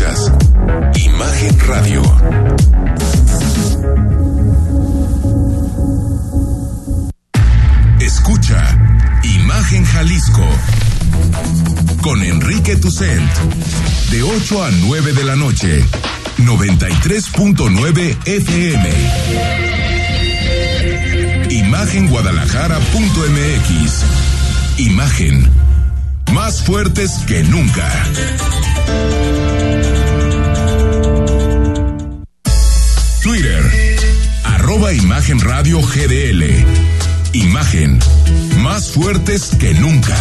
Escuchas Imagen Radio. Escucha Imagen Jalisco con Enrique Tucent de 8 a 9 de la noche, 93.9 FM. Imagenguadalajara.mx. Imagen, más fuertes que nunca. Twitter, @Imagen Radio GDL. Imagen, más fuertes que nunca.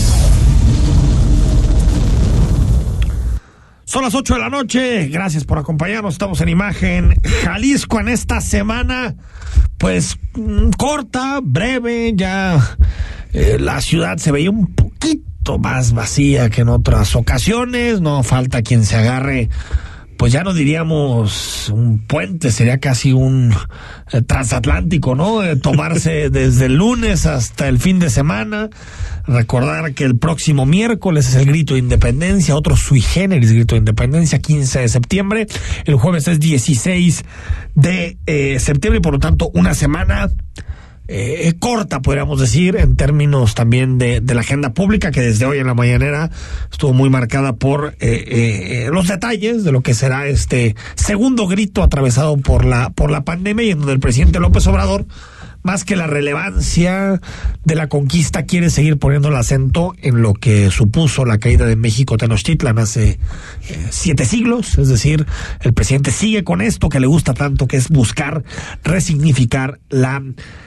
Son las 8 de la noche, gracias por acompañarnos, estamos en Imagen Jalisco en esta semana, pues corta, breve, ya la ciudad se veía un poquito más vacía que en otras ocasiones, no falta quien se agarre, pues ya no diríamos un puente, sería casi un transatlántico, ¿no? Tomarse desde el lunes hasta el fin de semana. Recordar que el próximo miércoles es el grito de independencia, otro sui generis grito de independencia, 15 de septiembre. El jueves es 16 de septiembre y por lo tanto una semana corta, podríamos decir, en términos también de la agenda pública, que desde hoy en la mañanera estuvo muy marcada por los detalles de lo que será este segundo grito atravesado por la pandemia, y en donde el presidente López Obrador, más que la relevancia de la conquista, quiere seguir poniendo el acento en lo que supuso la caída de México Tenochtitlan hace 7 siglos. Es decir, el presidente sigue con esto que le gusta tanto, que es buscar resignificar la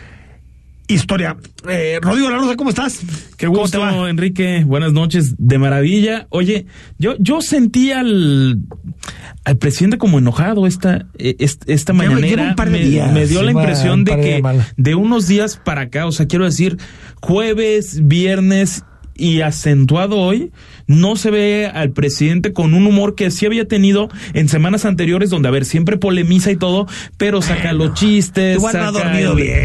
historia. Rodrigo La Rosa, ¿cómo estás? Qué gusto, Enrique. Buenas noches. De maravilla. Oye, yo sentí al presidente como enojado esta mañanera. Un par de días, me dio la impresión de que de unos días para acá, o sea, quiero decir, jueves, viernes y acentuado hoy, no se ve al presidente con un humor que sí había tenido en semanas anteriores, donde, a ver, siempre polemiza y todo, pero saca los chistes, saca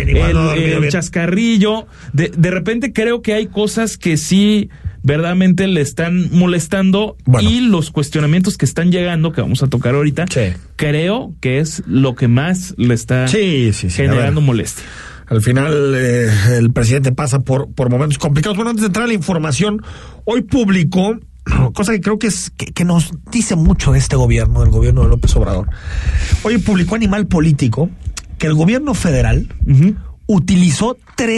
el chascarrillo. De repente creo que hay cosas que sí verdaderamente le están molestando, y los cuestionamientos que están llegando, que vamos a tocar ahorita, creo que es lo que más le está generando molestia. Al final, el presidente pasa por momentos complicados. Bueno, antes de entrar a la información, hoy publicó, cosa que creo que nos dice mucho de este gobierno, del gobierno de López Obrador. Hoy publicó Animal Político que el gobierno federal utilizó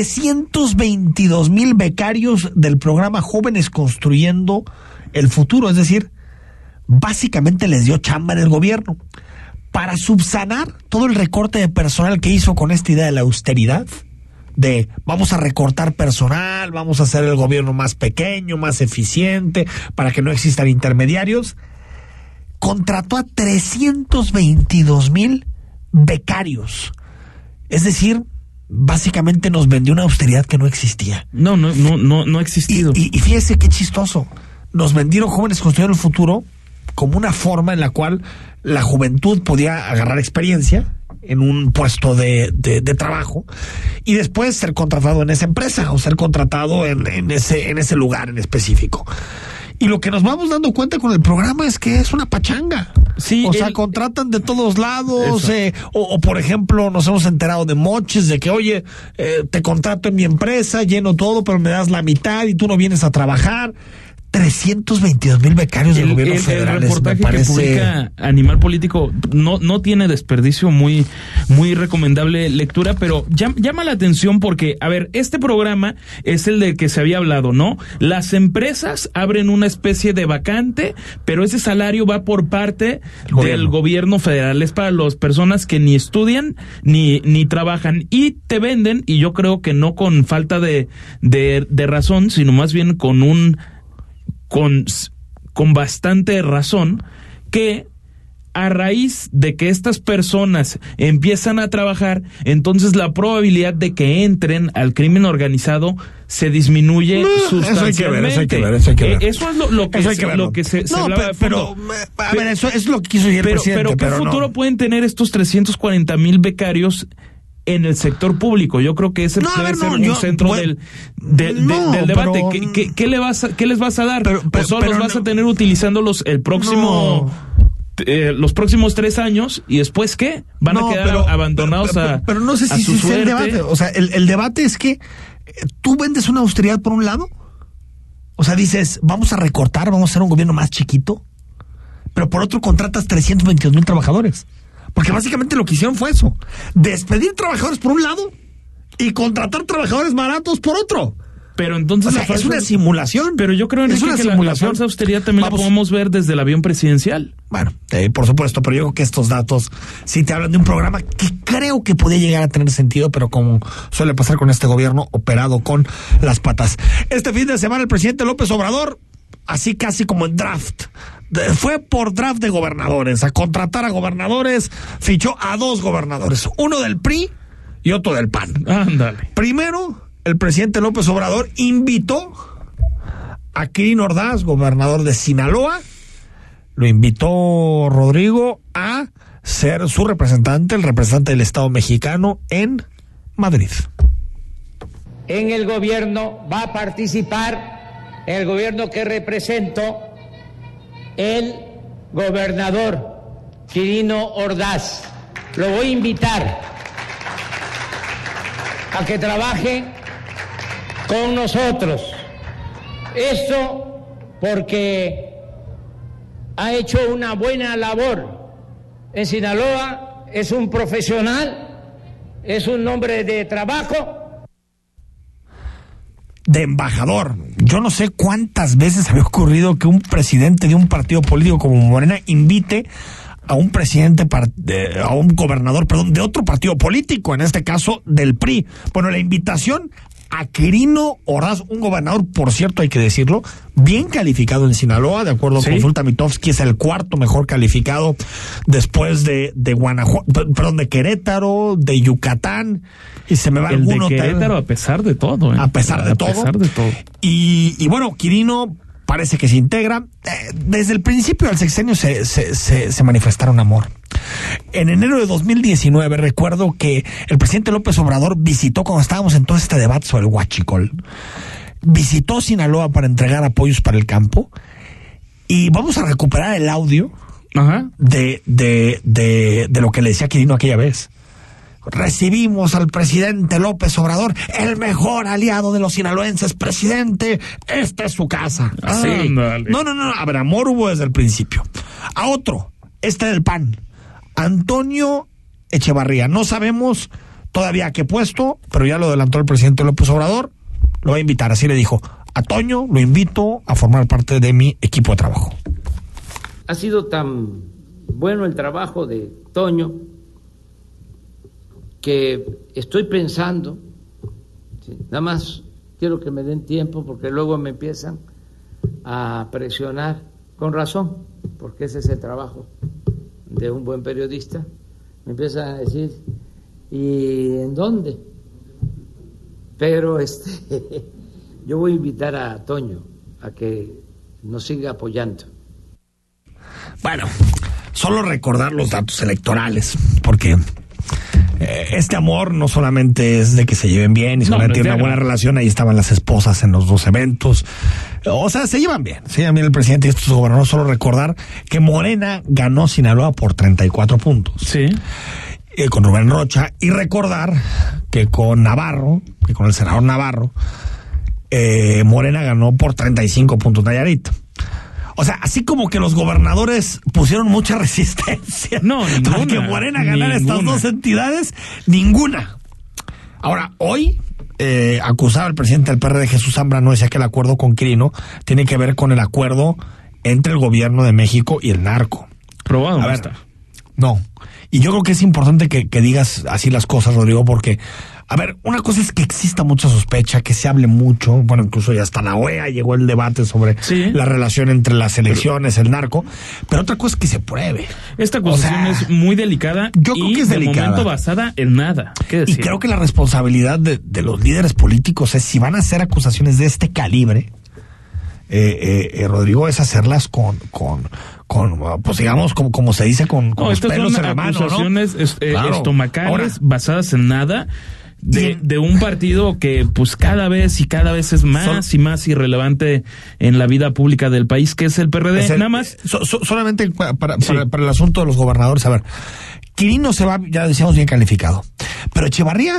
322,000 becarios del programa Jóvenes Construyendo el Futuro. Es decir, básicamente les dio chamba en el gobierno para subsanar todo el recorte de personal que hizo con esta idea de la austeridad, de vamos a recortar personal, vamos a hacer el gobierno más pequeño, más eficiente, para que no existan intermediarios. Contrató a 322,000 becarios. Es decir, básicamente nos vendió una austeridad que no existía. No ha existido. Y fíjese qué chistoso. Nos vendieron Jóvenes Construyendo el Futuro como una forma en la cual la juventud podía agarrar experiencia en un puesto de trabajo y después ser contratado en esa empresa o ser contratado en ese lugar en específico. Y lo que nos vamos dando cuenta con el programa es que es una pachanga. Sí, o sea, contratan de todos lados, o por ejemplo, nos hemos enterado de moches de que, oye, te contrato en mi empresa, lleno todo, pero me das la mitad y tú no vienes a trabajar. 322,000 becarios del gobierno federal. El reportaje que publica Animal Político no tiene desperdicio, muy recomendable lectura, pero llama la atención porque, a ver, este programa es el del que se había hablado, ¿no? Las empresas abren una especie de vacante, pero ese salario va por parte del gobierno federal. Es para las personas que ni estudian ni trabajan y te venden, y yo creo que no con falta de razón, sino más bien con bastante razón, que a raíz de que estas personas empiezan a trabajar, entonces la probabilidad de que entren al crimen organizado se disminuye sustancialmente. Eso hay que ver. Eso es lo que se hablaba de fondo. Pero, a ver, eso es lo que quiso decir el presidente. Pero ¿qué futuro pueden tener estos 340,000 becarios en el sector público? Yo creo que ese puede ser un centro del debate. ¿Qué les vas a dar? ¿O solo los vas a tener utilizándolos el próximo los próximos 3 años, y después ¿qué? Van a quedar abandonados pero no sé si es el debate. O sea, el debate es que tú vendes una austeridad por un lado, o sea, dices, vamos a recortar, vamos a hacer un gobierno más chiquito, pero por otro contratas 322,000 trabajadores. Porque básicamente lo que hicieron fue eso, despedir trabajadores por un lado y contratar trabajadores baratos por otro. Pero entonces es una simulación. Pero yo creo, Enrique, que la falsa austeridad también la podemos ver desde el avión presidencial. Bueno, por supuesto, pero yo creo que estos datos sí te hablan de un programa que creo que podía llegar a tener sentido, pero como suele pasar con este gobierno, operado con las patas. Este fin de semana el presidente López Obrador, así casi como en draft, fue por draft de gobernadores, a contratar a gobernadores, fichó a 2 gobernadores, uno del PRI y otro del PAN. Ándale. Primero, el presidente López Obrador invitó a Quirino Ordaz, gobernador de Sinaloa, lo invitó Rodrigo a ser su representante, el representante del Estado mexicano en Madrid. En el gobierno va a participar, en el gobierno que represento, el gobernador Quirino Ordaz. Lo voy a invitar a que trabaje con nosotros. Esto porque ha hecho una buena labor en Sinaloa, es un profesional, es un hombre de trabajo. De embajador. Yo no sé cuántas veces había ocurrido que un presidente de un partido político como Morena invite a un presidente, a un gobernador, perdón, de otro partido político, en este caso del PRI. Bueno, la invitación a Quirino Ordaz, un gobernador, por cierto, hay que decirlo, bien calificado en Sinaloa, de acuerdo a Consulta Mitofsky, es el 4º mejor calificado después de Guanajuato, perdón, de Querétaro, de Yucatán, y se me va alguno. El de Querétaro, a pesar de todo. A pesar de todo. Y bueno, Quirino parece que se integra. Desde el principio del sexenio se manifestaron amor. En enero de 2019 recuerdo que el presidente López Obrador visitó, cuando estábamos en todo este debate sobre el huachicol, visitó Sinaloa para entregar apoyos para el campo, y vamos a recuperar el audio de lo que le decía Quirino aquella vez. Recibimos al presidente López Obrador, el mejor aliado de los sinaloenses. Presidente, esta es su casa. Sí. No. A ver, amor hubo desde el principio. A otro, del PAN, Antonio Echevarría. No sabemos todavía a qué puesto, pero ya lo adelantó el presidente López Obrador. Lo va a invitar, así le dijo. A Toño lo invito a formar parte de mi equipo de trabajo. Ha sido tan bueno el trabajo de Toño que estoy pensando, nada más quiero que me den tiempo porque luego me empiezan a presionar, con razón, porque ese es el trabajo de un buen periodista. Me empiezan a decir, ¿y en dónde? Pero yo voy a invitar a Toño a que nos siga apoyando. Bueno, solo recordar los datos electorales, porque este amor no solamente es de que se lleven bien y solamente tienen una buena relación. Ahí estaban las esposas en los 2 eventos. O sea, se llevan bien el presidente y estos gobernadores. Solo recordar que Morena ganó Sinaloa por 34 puntos. Sí. Con Rubén Rocha. Y recordar que con el senador Navarro, Morena ganó por 35 puntos Nayarit. O sea, así como que los gobernadores pusieron mucha resistencia para que Morena ganara estas 2 entidades, ninguna. Ahora, hoy acusaba al presidente del PRD, Jesús Zambrano, decía que el acuerdo con Quirino tiene que ver con el acuerdo entre el gobierno de México y el narco. Probado. A ver, no. Y yo creo que es importante que digas así las cosas, Rodrigo, porque, a ver, una cosa es que exista mucha sospecha, que se hable mucho, bueno, incluso ya hasta la OEA llegó el debate sobre la relación entre las elecciones, el narco, pero otra cosa es que se pruebe. Esta acusación es muy delicada. Yo creo que es delicada. De momento basada en nada. Y creo que la responsabilidad de los líderes políticos es, si van a hacer acusaciones de este calibre, Rodrigo, es hacerlas con pues digamos, como se dice, con los pelos en la mano, ¿no? Acusaciones estomacales, basadas en nada. de un partido que pues cada vez es más y más irrelevante en la vida pública del país, que es el PRD. Nada más. Solamente para el asunto de los gobernadores, a ver, Quirino se va, ya decíamos, bien calificado, pero Echevarría,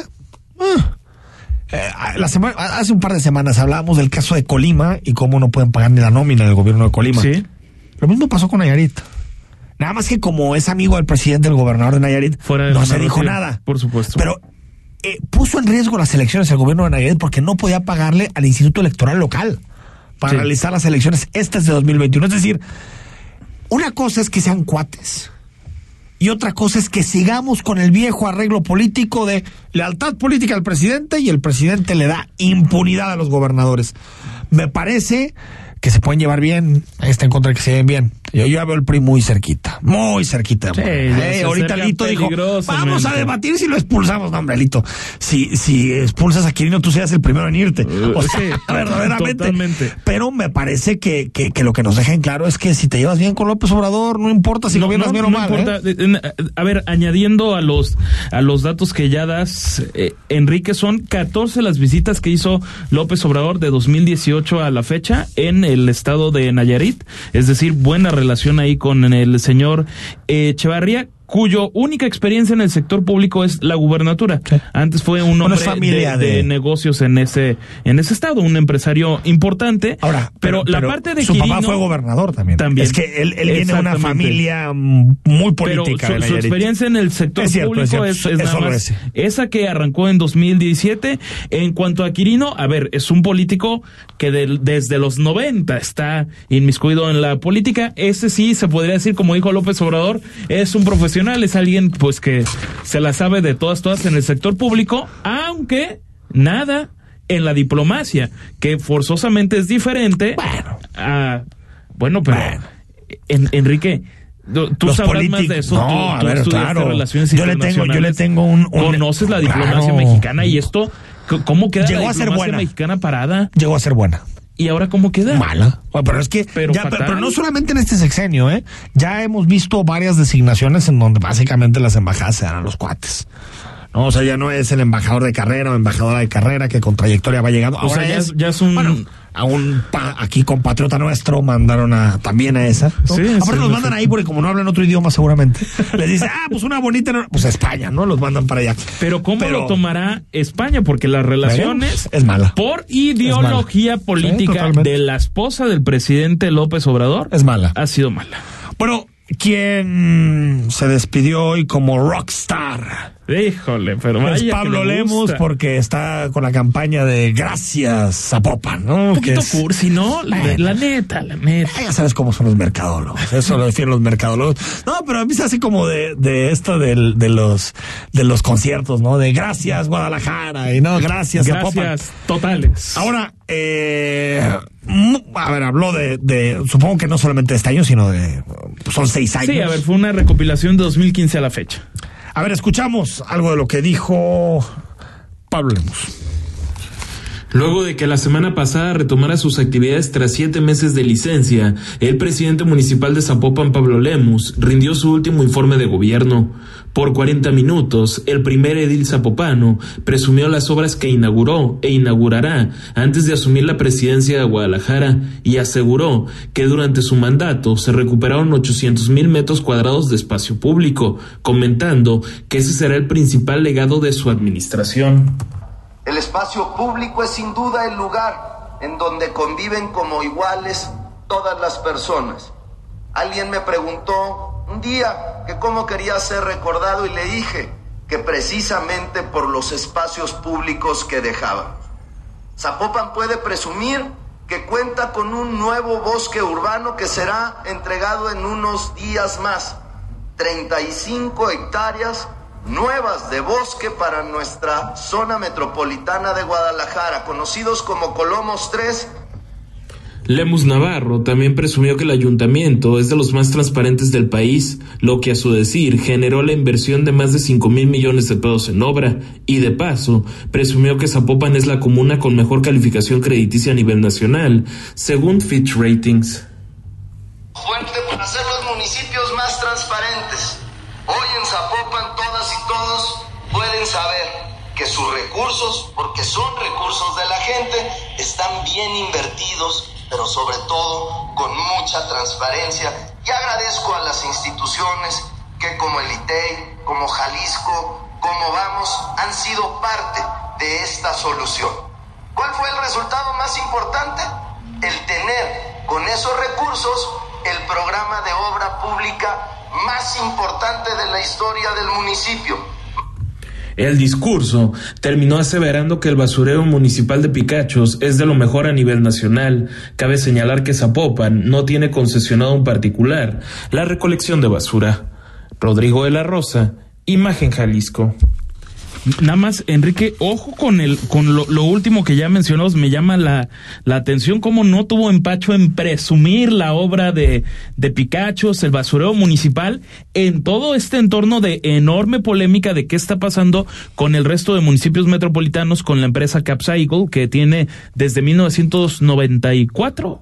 hace un par de semanas hablábamos del caso de Colima y cómo no pueden pagar ni la nómina en el gobierno de Colima. Sí. Lo mismo pasó con Nayarit. Nada más que como es amigo del presidente, el gobernador de Nayarit, no se dijo nada. Por supuesto. Pero puso en riesgo las elecciones el gobierno de Nayarit porque no podía pagarle al Instituto Electoral local para realizar las elecciones estas de 2021. Es decir, una cosa es que sean cuates y otra cosa es que sigamos con el viejo arreglo político de lealtad política al presidente y el presidente le da impunidad a los gobernadores. Me parece que se pueden llevar bien, está en contra de que se lleven bien. Yo ya veo el PRI muy cerquita. Ahorita Lito dijo, vamos a debatir si lo expulsamos. No, hombre, Lito, si expulsas a Quirino, tú seas el primero en irte. O sea, verdaderamente. Totalmente. Pero me parece que lo que nos deja en claro es que si te llevas bien con López Obrador, no importa si gobiernas bien o mal. Importa. A ver, añadiendo a los datos que ya das, Enrique, son 14 las visitas que hizo López Obrador de 2018 a la fecha en el estado de Nayarit, es decir, buena relación ahí con el señor Echevarría, cuyo única experiencia en el sector público es la gubernatura. Sí. Antes fue un hombre de negocios en ese estado, un empresario importante. Ahora, pero la parte de su Quirino, papá fue gobernador también. Es que él viene de una familia muy política. Pero su experiencia en el sector público es nada más esa que arrancó en 2017. En cuanto a Quirino, a ver, es un político que desde los 90 está inmiscuido en la política. Ese sí se podría decir, como dijo López Obrador, es un profesional. Es alguien pues que se la sabe de todas en el sector público, aunque nada en la diplomacia, que forzosamente es diferente. Enrique, tú sabrás más de eso. No, tú estudiaste relaciones internacionales. Yo le tengo conoces la diplomacia mexicana y esto, ¿cómo queda llegó la a ser diplomacia buena mexicana parada? Llegó a ser buena. ¿Y ahora cómo queda? Mala. Pero es que pero no solamente en este sexenio, ya hemos visto varias designaciones en donde básicamente las embajadas se dan a los cuates. No, o sea, ya no es el embajador de carrera o embajadora de carrera que con trayectoria va llegando. O ahora sea, ya es un... Bueno, a un aquí compatriota nuestro mandaron también a esa, ¿no? Aparte los mandan ahí porque como no hablan otro idioma seguramente les dice, pues una bonita, pues España, ¿no? Los mandan para allá. Pero ¿cómo lo tomará España? Porque las relaciones es mala. Por ideología política de la esposa del presidente López Obrador es mala. Ha sido mala. Bueno, ¿quién se despidió hoy como rockstar? Híjole, pero es Pablo Lemus, porque está con la campaña de Gracias Zapopan, ¿no? Un poquito cursi, ¿no? La neta. Ya sabes cómo son los mercadólogos, eso lo defienden los mercadólogos. No, pero a mí se hace como de esto de los conciertos, ¿no? De Gracias Guadalajara y no, Gracias Zapopan. Gracias totales. Ahora, a ver, habló de supongo que no solamente de este año, sino son 6 años. Sí, a ver, fue una recopilación de 2015 a la fecha. A ver, escuchamos algo de lo que dijo Pablo Lemus. Luego de que la semana pasada retomara sus actividades tras 7 meses de licencia, el presidente municipal de Zapopan, Pablo Lemus, rindió su último informe de gobierno. Por 40 minutos, el primer edil zapopano presumió las obras que inauguró e inaugurará antes de asumir la presidencia de Guadalajara y aseguró que durante su mandato se recuperaron 800,000 metros cuadrados de espacio público, comentando que ese será el principal legado de su administración. El espacio público es sin duda el lugar en donde conviven como iguales todas las personas. Alguien me preguntó un día que cómo quería ser recordado y le dije que precisamente por los espacios públicos que dejaba. Zapopan puede presumir que cuenta con un nuevo bosque urbano que será entregado en unos días más. 35 hectáreas nuevas de bosque para nuestra zona metropolitana de Guadalajara, conocidos como Colomos 3. Lemus Navarro también presumió que el ayuntamiento es de los más transparentes del país, lo que a su decir generó la inversión de más de 5,000 millones de pesos en obra, y de paso presumió que Zapopan es la comuna con mejor calificación crediticia a nivel nacional, según Fitch Ratings. Fuerte para ser los municipios más transparentes. Hoy en Zapopan todas y todos pueden saber que sus recursos, porque son recursos de la gente, están bien invertidos, pero sobre todo con mucha transparencia. Y agradezco a las instituciones que como el ITEI, como Jalisco, como Vamos, han sido parte de esta solución. ¿Cuál fue el resultado más importante? El tener con esos recursos el programa de obra pública más importante de la historia del municipio. El discurso terminó aseverando que el basurero municipal de Picachos es de lo mejor a nivel nacional. Cabe señalar que Zapopan no tiene concesionado un particular la recolección de basura. Rodrigo de la Rosa, Imagen Jalisco. Nada más, Enrique, ojo con lo último que ya mencionamos. Me llama la atención cómo no tuvo empacho en presumir la obra de Picachos, el basurero municipal, en todo este entorno de enorme polémica de qué está pasando con el resto de municipios metropolitanos, con la empresa Capsicle, que tiene desde 1994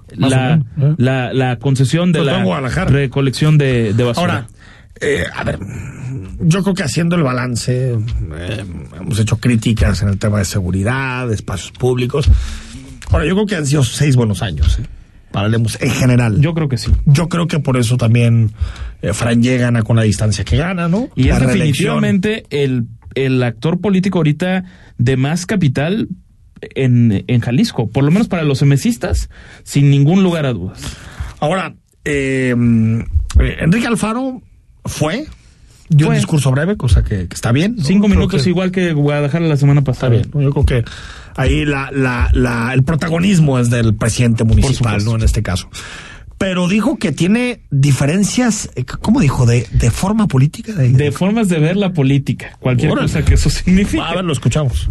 la concesión de la recolección de basura. Ahora, a ver, yo creo que haciendo el balance, hemos hecho críticas en el tema de seguridad, de espacios públicos. Ahora, yo creo que han sido 6 buenos años, para Lemus, en general. Yo creo que sí. Yo creo que por eso también Franje gana con la distancia que gana, ¿no? Y es definitivamente el actor político ahorita de más capital en Jalisco, por lo menos para los emesistas, sin ningún lugar a dudas. Ahora, Enrique Alfaro dio un discurso breve, cosa que está bien, ¿no? 5 minutos, igual que Guadalajara la semana pasada. Está bien, ¿no? Yo creo que ahí el protagonismo es del presidente municipal, ¿no? En este caso. Pero dijo que tiene diferencias, ¿cómo dijo? ¿De forma política? De formas de ver la política, cualquier cosa que eso signifique. A ver, lo escuchamos.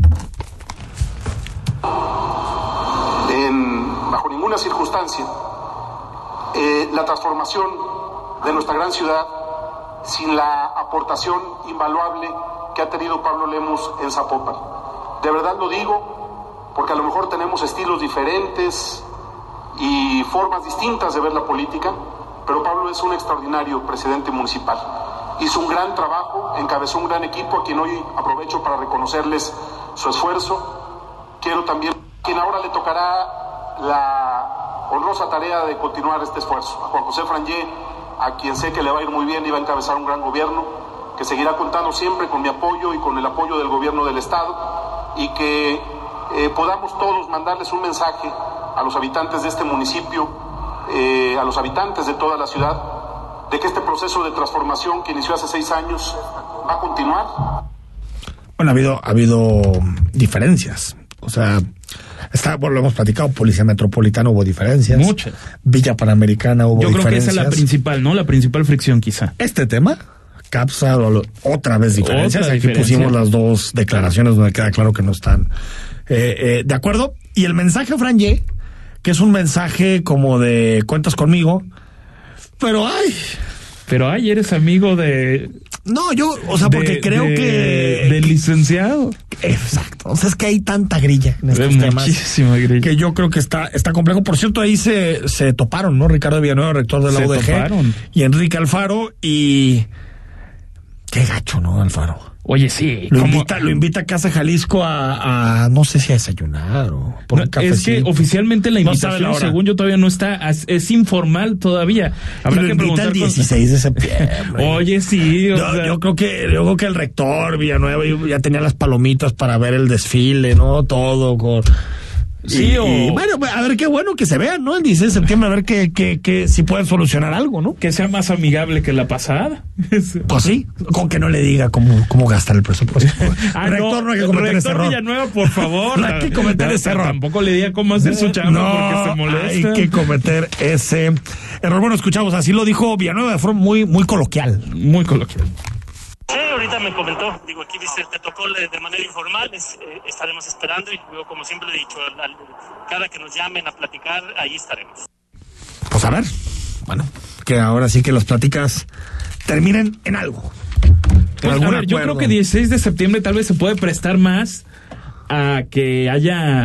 Bajo ninguna circunstancia, la transformación de nuestra gran ciudad sin la aportación invaluable que ha tenido Pablo Lemus en Zapopan. De verdad lo digo, porque a lo mejor tenemos estilos diferentes y formas distintas de ver la política, pero Pablo es un extraordinario presidente municipal. Hizo un gran trabajo, encabezó un gran equipo, a quien hoy aprovecho para reconocerles su esfuerzo. Quiero también, quien ahora le tocará la honrosa tarea de continuar este esfuerzo, a Juan José Franje, a quien sé que le va a ir muy bien y va a encabezar un gran gobierno, que seguirá contando siempre con mi apoyo y con el apoyo del gobierno del Estado, y que podamos todos mandarles un mensaje a los habitantes de este municipio, a los habitantes de toda la ciudad, de que este proceso de transformación que inició hace 6 años va a continuar. Bueno, ha habido diferencias, o sea, lo hemos platicado, Policía Metropolitana hubo diferencias. Muchas. Villa Panamericana hubo diferencias. Yo creo que esa es la principal, ¿no? La principal fricción, quizá. Este tema, Capsa, otra vez diferencias. Aquí pusimos las 2 declaraciones donde queda claro que no están de acuerdo. Y el mensaje Franje, que es un mensaje como de cuentas conmigo, pero eres amigo de... No, yo, o sea, porque creo que... Del licenciado. Exacto. O sea, es que hay tanta grilla en estos temas. Muchísima grilla. Que yo creo que está complejo. Por cierto, ahí se toparon, ¿no? Ricardo Villanueva, rector de la UDG. Toparon. Y Enrique Alfaro. Y... Qué gacho, ¿no, Alfaro? Oye, sí. Lo invita a Casa Jalisco a no sé si a desayunar o por un cafecito. Es que oficialmente la invitación, según yo, todavía no está, es informal todavía. Habrá que preguntar el 16 de septiembre. Oye, sí. Yo creo que el rector Villanueva ya tenía las palomitas para ver el desfile, ¿no? Todo con... Sí, y bueno, a ver qué bueno que se vean, ¿no? El 16 de septiembre, a ver que si pueden solucionar algo, ¿no? Que sea más amigable que la pasada. Pues sí, con que no le diga cómo gastar el presupuesto. Rector, no hay que cometer ese error. Villanueva, por favor. No hay que cometer ese error. Tampoco le diga cómo hacer su chamba porque se molesta. Hay que cometer ese error. Bueno, escuchamos, así lo dijo Villanueva de forma muy, muy coloquial. Muy coloquial. Sí, ahorita me comentó, aquí dice, te tocó de manera informal, estaremos esperando y yo, como siempre he dicho, cada que nos llamen a platicar, ahí estaremos. Pues a ver, bueno, que ahora sí que las pláticas terminen en algo. Pues, a ver, yo creo que 16 de septiembre tal vez se puede prestar más a que haya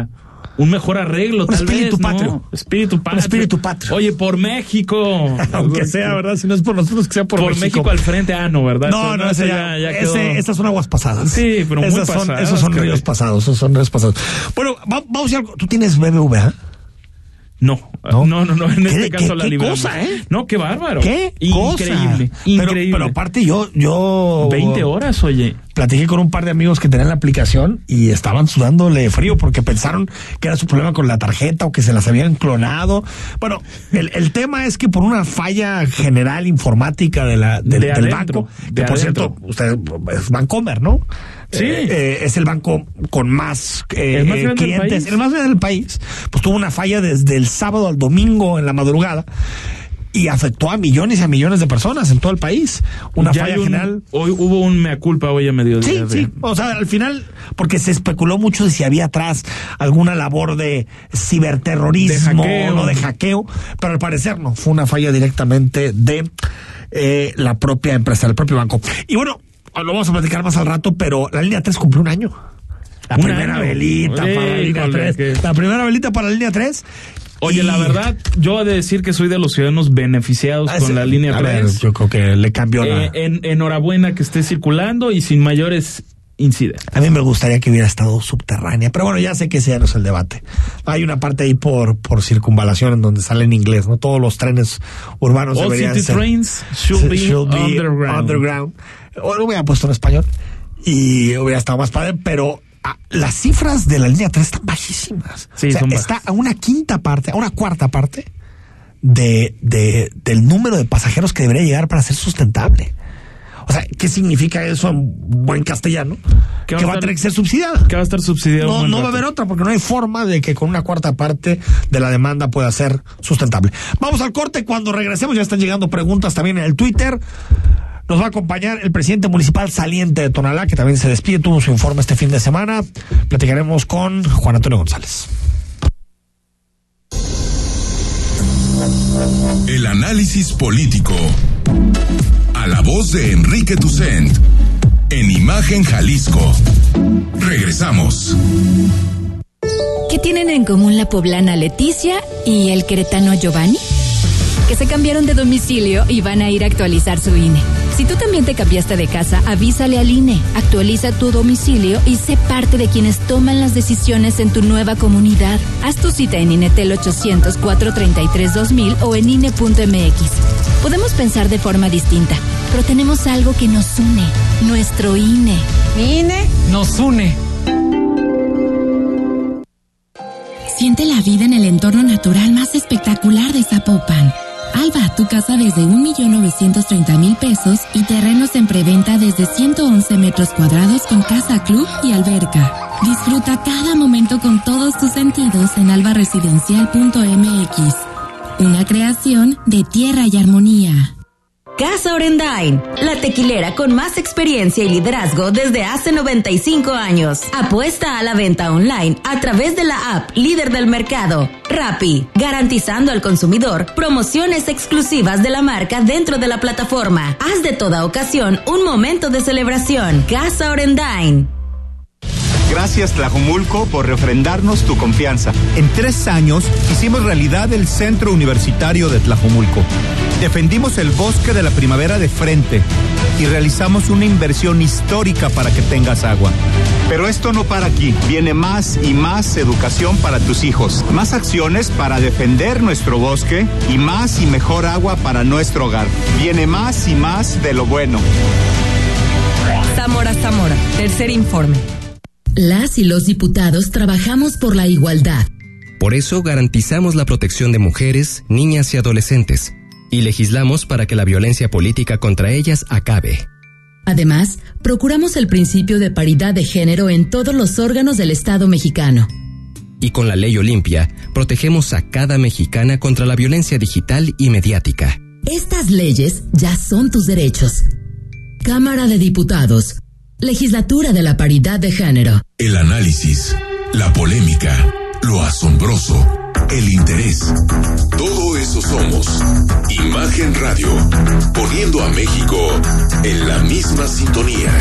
un mejor arreglo, tal espíritu vez, patrio. ¿no? Espíritu patrio. Un espíritu patrio. Oye, por México. Aunque sea, ¿verdad? Si no es por nosotros, que sea por México. Por México al frente, ¿no? ¿Verdad? No, ese ya quedó. Estas son aguas pasadas. Sí, pero muy pasadas. Esos son ríos pasados, Bueno, vamos a ir. ¿Tú tienes BBVA? No, en este caso la libramos. ¿Qué cosa, No, qué bárbaro. ¿Qué increíble, cosa? increíble. Pero aparte yo 20 horas, oye. Platiqué con un par de amigos que tenían la aplicación y estaban sudándole frío porque pensaron que era su problema con la tarjeta o que se las habían clonado. Bueno, el tema es que por una falla general informática del banco, que por cierto, usted es Bancomer, ¿no? Sí. Es el banco con más clientes, el más grande del país. Pues tuvo una falla desde el sábado al domingo en la madrugada y afectó a millones y a millones de personas en todo el país. Una falla general. Hoy hubo un mea culpa hoy a mediodía. Sí. O sea, al final, porque se especuló mucho de si había atrás alguna labor de ciberterrorismo o de hackeo, pero al parecer no. Fue una falla directamente de la propia empresa, del propio banco. Y bueno, lo vamos a platicar más al rato, pero la línea 3 cumplió un año. La primera velita para la línea 3. La primera velita para la línea 3. Oye, la verdad, yo he de decir que soy de los ciudadanos beneficiados con la línea 3. Ver, yo creo que le cambió enhorabuena que esté circulando y sin mayores incidentes. A mí me gustaría que hubiera estado subterránea, pero bueno, ya sé que ese ya no es el debate. Hay una parte ahí por circunvalación en donde sale en inglés, ¿no? Todos los trenes urbanos All deberían city ser... trains should be underground. O lo hubiera puesto en español y hubiera estado más padre, pero... las cifras de la línea 3 están bajísimas. Sí, o sea, está a una cuarta parte del número de pasajeros que debería llegar para ser sustentable. O sea, ¿qué significa eso en buen castellano? Que va a tener que ser subsidiada. Que va a estar subsidiado. No va a haber otra, porque no hay forma de que con una cuarta parte de la demanda pueda ser sustentable. Vamos al corte. Cuando regresemos ya están llegando preguntas también en el Twitter. Nos va a acompañar el presidente municipal saliente de Tonalá, que también se despide, tuvo su informe este fin de semana. Platicaremos con Juan Antonio González. El análisis político. A la voz de Enrique Tucent. En Imagen Jalisco. Regresamos. ¿Qué tienen en común la poblana Leticia y el queretano Giovanni? Que se cambiaron de domicilio y van a ir a actualizar su INE. Si tú también te cambiaste de casa, avísale al INE, actualiza tu domicilio y sé parte de quienes toman las decisiones en tu nueva comunidad. Haz tu cita en INETEL 800-433-2000 o en INE.mx. Podemos pensar de forma distinta, pero tenemos algo que nos une, nuestro INE. Mi INE nos une. Siente la vida en el entorno natural más espectacular de Zapopan. Alba, tu casa desde 1,930,000 pesos y terrenos en preventa desde 111 metros cuadrados con casa club y alberca. Disfruta cada momento con todos tus sentidos en albaresidencial.mx. Una creación de tierra y armonía. Casa Orendain, la tequilera con más experiencia y liderazgo desde hace 95 años. Apuesta a la venta online a través de la app líder del mercado, Rappi, garantizando al consumidor promociones exclusivas de la marca dentro de la plataforma. Haz de toda ocasión un momento de celebración. Casa Orendain. Gracias Tlajomulco por refrendarnos tu confianza. En 3 años hicimos realidad el Centro Universitario de Tlajomulco. Defendimos el bosque de la primavera de frente y realizamos una inversión histórica para que tengas agua. Pero esto no para aquí. Viene más y más educación para tus hijos. Más acciones para defender nuestro bosque y más y mejor agua para nuestro hogar. Viene más y más de lo bueno. Zamora, tercer informe. Las y los diputados trabajamos por la igualdad. Por eso garantizamos la protección de mujeres, niñas y adolescentes, y legislamos para que la violencia política contra ellas acabe. Además, procuramos el principio de paridad de género en todos los órganos del Estado mexicano. Y con la Ley Olimpia, protegemos a cada mexicana contra la violencia digital y mediática. Estas leyes ya son tus derechos. Cámara de Diputados. Legislatura de la Paridad de Género. El análisis, la polémica, lo asombroso, el interés. Todo eso somos. Imagen Radio, poniendo a México en la misma sintonía.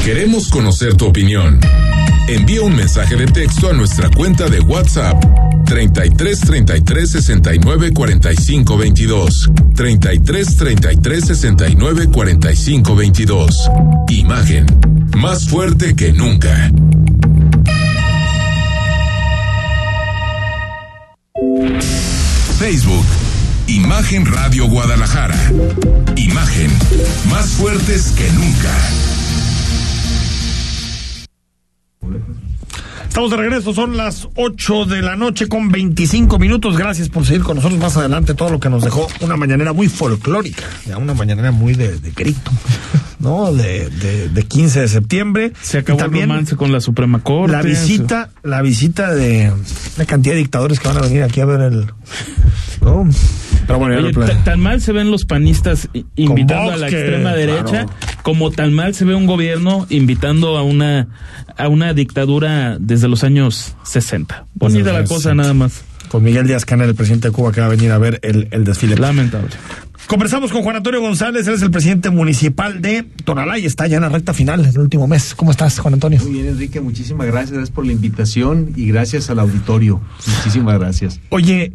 Queremos conocer tu opinión. Envía un mensaje de texto a nuestra cuenta de WhatsApp 33 33 69 45 22. 33 33 69 45 22. Imagen, más fuerte que nunca. Facebook, Imagen Radio Guadalajara. Imagen, más fuertes que nunca. Estamos de regreso, son las 8:00 con 25 minutos. Gracias por seguir con nosotros. Más adelante todo lo que nos dejó una mañanera muy folclórica, ya una mañanera muy de grito, ¿no? De 15 de septiembre. Se acabó el romance con la Suprema Corte. La visita de una cantidad de dictadores que van a venir aquí a ver el... ¿no? Pero bueno, oye, tan mal se ven los panistas invitando a la extrema derecha, claro, como tan mal se ve un gobierno invitando a una dictadura desde los años 60. Bonita la cosa, nada más. Con Miguel Díaz-Canel, el presidente de Cuba, que va a venir a ver el desfile. Lamentable. Conversamos con Juan Antonio González, él es el presidente municipal de Tonalá y está ya en la recta final, el último mes. ¿Cómo estás, Juan Antonio? Muy bien, Enrique, muchísimas gracias por la invitación y gracias al auditorio. Muchísimas gracias. Oye,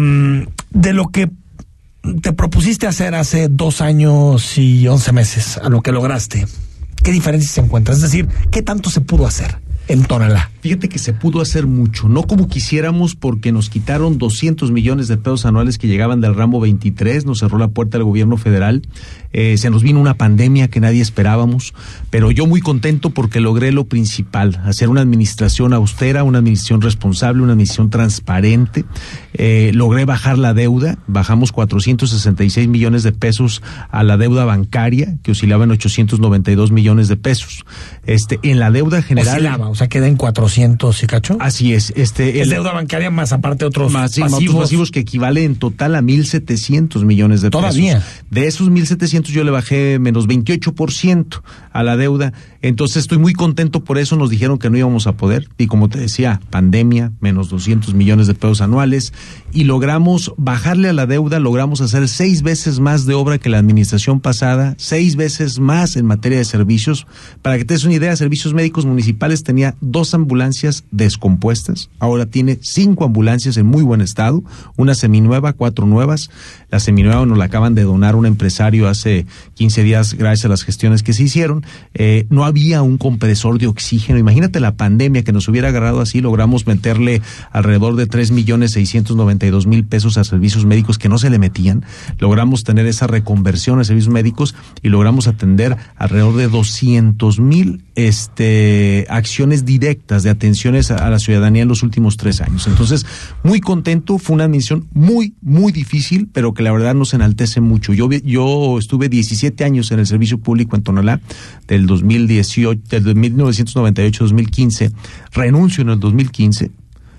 de lo que te propusiste hacer hace 2 años y 11 meses, a lo que lograste, ¿qué diferencias se encuentran? Es decir, ¿qué tanto se pudo hacer en Tonalá? Fíjate que se pudo hacer mucho, no como quisiéramos, porque nos quitaron 200 millones de pesos anuales que llegaban del ramo 23, nos cerró la puerta el gobierno federal, se nos vino una pandemia que nadie esperábamos, pero yo muy contento porque logré lo principal, hacer una administración austera, una administración responsable, una administración transparente, logré bajar la deuda, bajamos 466 millones de pesos a la deuda bancaria, que oscilaba en 892 millones de pesos. En la deuda general... Oscilaba, o sea, queda en 400 y cacho. Así es. Es deuda bancaria más aparte otros pasivos que equivale en total a 1,700 millones de pesos. Todavía. De esos 1,700 yo le bajé menos 28% a la deuda. Entonces estoy muy contento por eso. Nos dijeron que no íbamos a poder. Y como te decía, pandemia, menos 200 millones de pesos anuales. Y logramos bajarle a la deuda, logramos hacer 6 veces más de obra que la administración pasada, 6 veces más en materia de servicios. Para que te des una idea, Servicios Médicos Municipales tenía 2 ambulancias descompuestas, ahora tiene 5 ambulancias en muy buen estado, una seminueva, 4 nuevas. La seminueva nos la acaban de donar un empresario hace 15 días gracias a las gestiones que se hicieron. No había un compresor de oxígeno, imagínate la pandemia que nos hubiera agarrado así. Logramos meterle alrededor de 3,692,000 pesos a servicios médicos que no se le metían, logramos tener esa reconversión a servicios médicos y logramos atender alrededor de 200,000 acciones directas de atenciones a la ciudadanía en los últimos 3 años. Entonces, muy contento, fue una administración muy, muy difícil, pero que la verdad nos enaltece mucho. Yo estuve 17 años en el servicio público en Tonalá, del 1998 a 2015, renuncio en el 2015,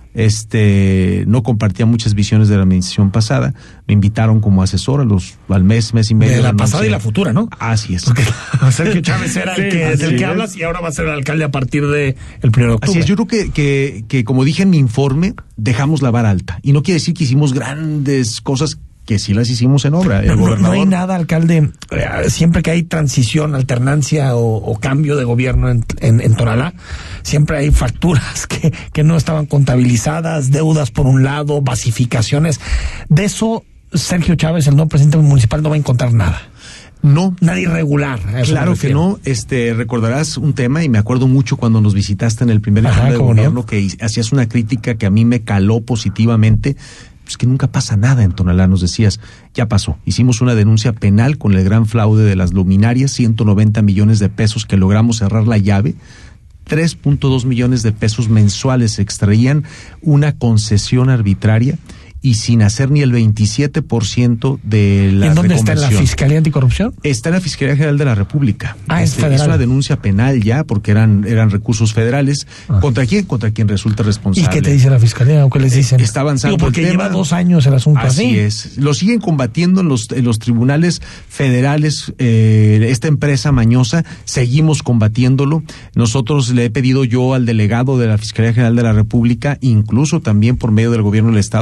no compartía muchas visiones de la administración pasada, me invitaron como asesor al mes y medio. De la pasada y la futura, ¿no? Así es. Porque Sergio Chávez era del que hablas y ahora va a ser el alcalde a partir del 1 de octubre. Así es, yo creo que como dije en mi informe, dejamos la vara alta. Y no quiere decir que hicimos grandes cosas, que sí las hicimos en obra. No hay nada, alcalde, siempre que hay transición, alternancia o cambio de gobierno en Tonalá, siempre hay facturas que no estaban contabilizadas, deudas por un lado, basificaciones. De eso, Sergio Chávez, el nuevo presidente municipal, no va a encontrar nada. No. Nada irregular. Claro que no. Recordarás un tema, y me acuerdo mucho cuando nos visitaste en el primer informe de gobierno, que hacías una crítica que a mí me caló positivamente. Pues que nunca pasa nada en Tonalá, nos decías. Ya pasó. Hicimos una denuncia penal con el gran fraude de las luminarias, 190 millones de pesos que logramos cerrar la llave. 3.2 millones de pesos mensuales se extraían, una concesión arbitraria y sin hacer ni el 27% de la reconversión. ¿En dónde está la Fiscalía Anticorrupción? Está en la Fiscalía General de la República. Es federal. Es una denuncia penal ya, porque eran recursos federales. ¿Contra quién? Contra quien resulta responsable. ¿Y qué te dice la Fiscalía o qué les dicen? Está avanzando porque el tema. Lleva 2 años el asunto así. Así es. Lo siguen combatiendo en los tribunales federales, esta empresa mañosa, seguimos combatiéndolo. Nosotros le he pedido yo al delegado de la Fiscalía General de la República, incluso también por medio del gobierno del Estado, por medio de la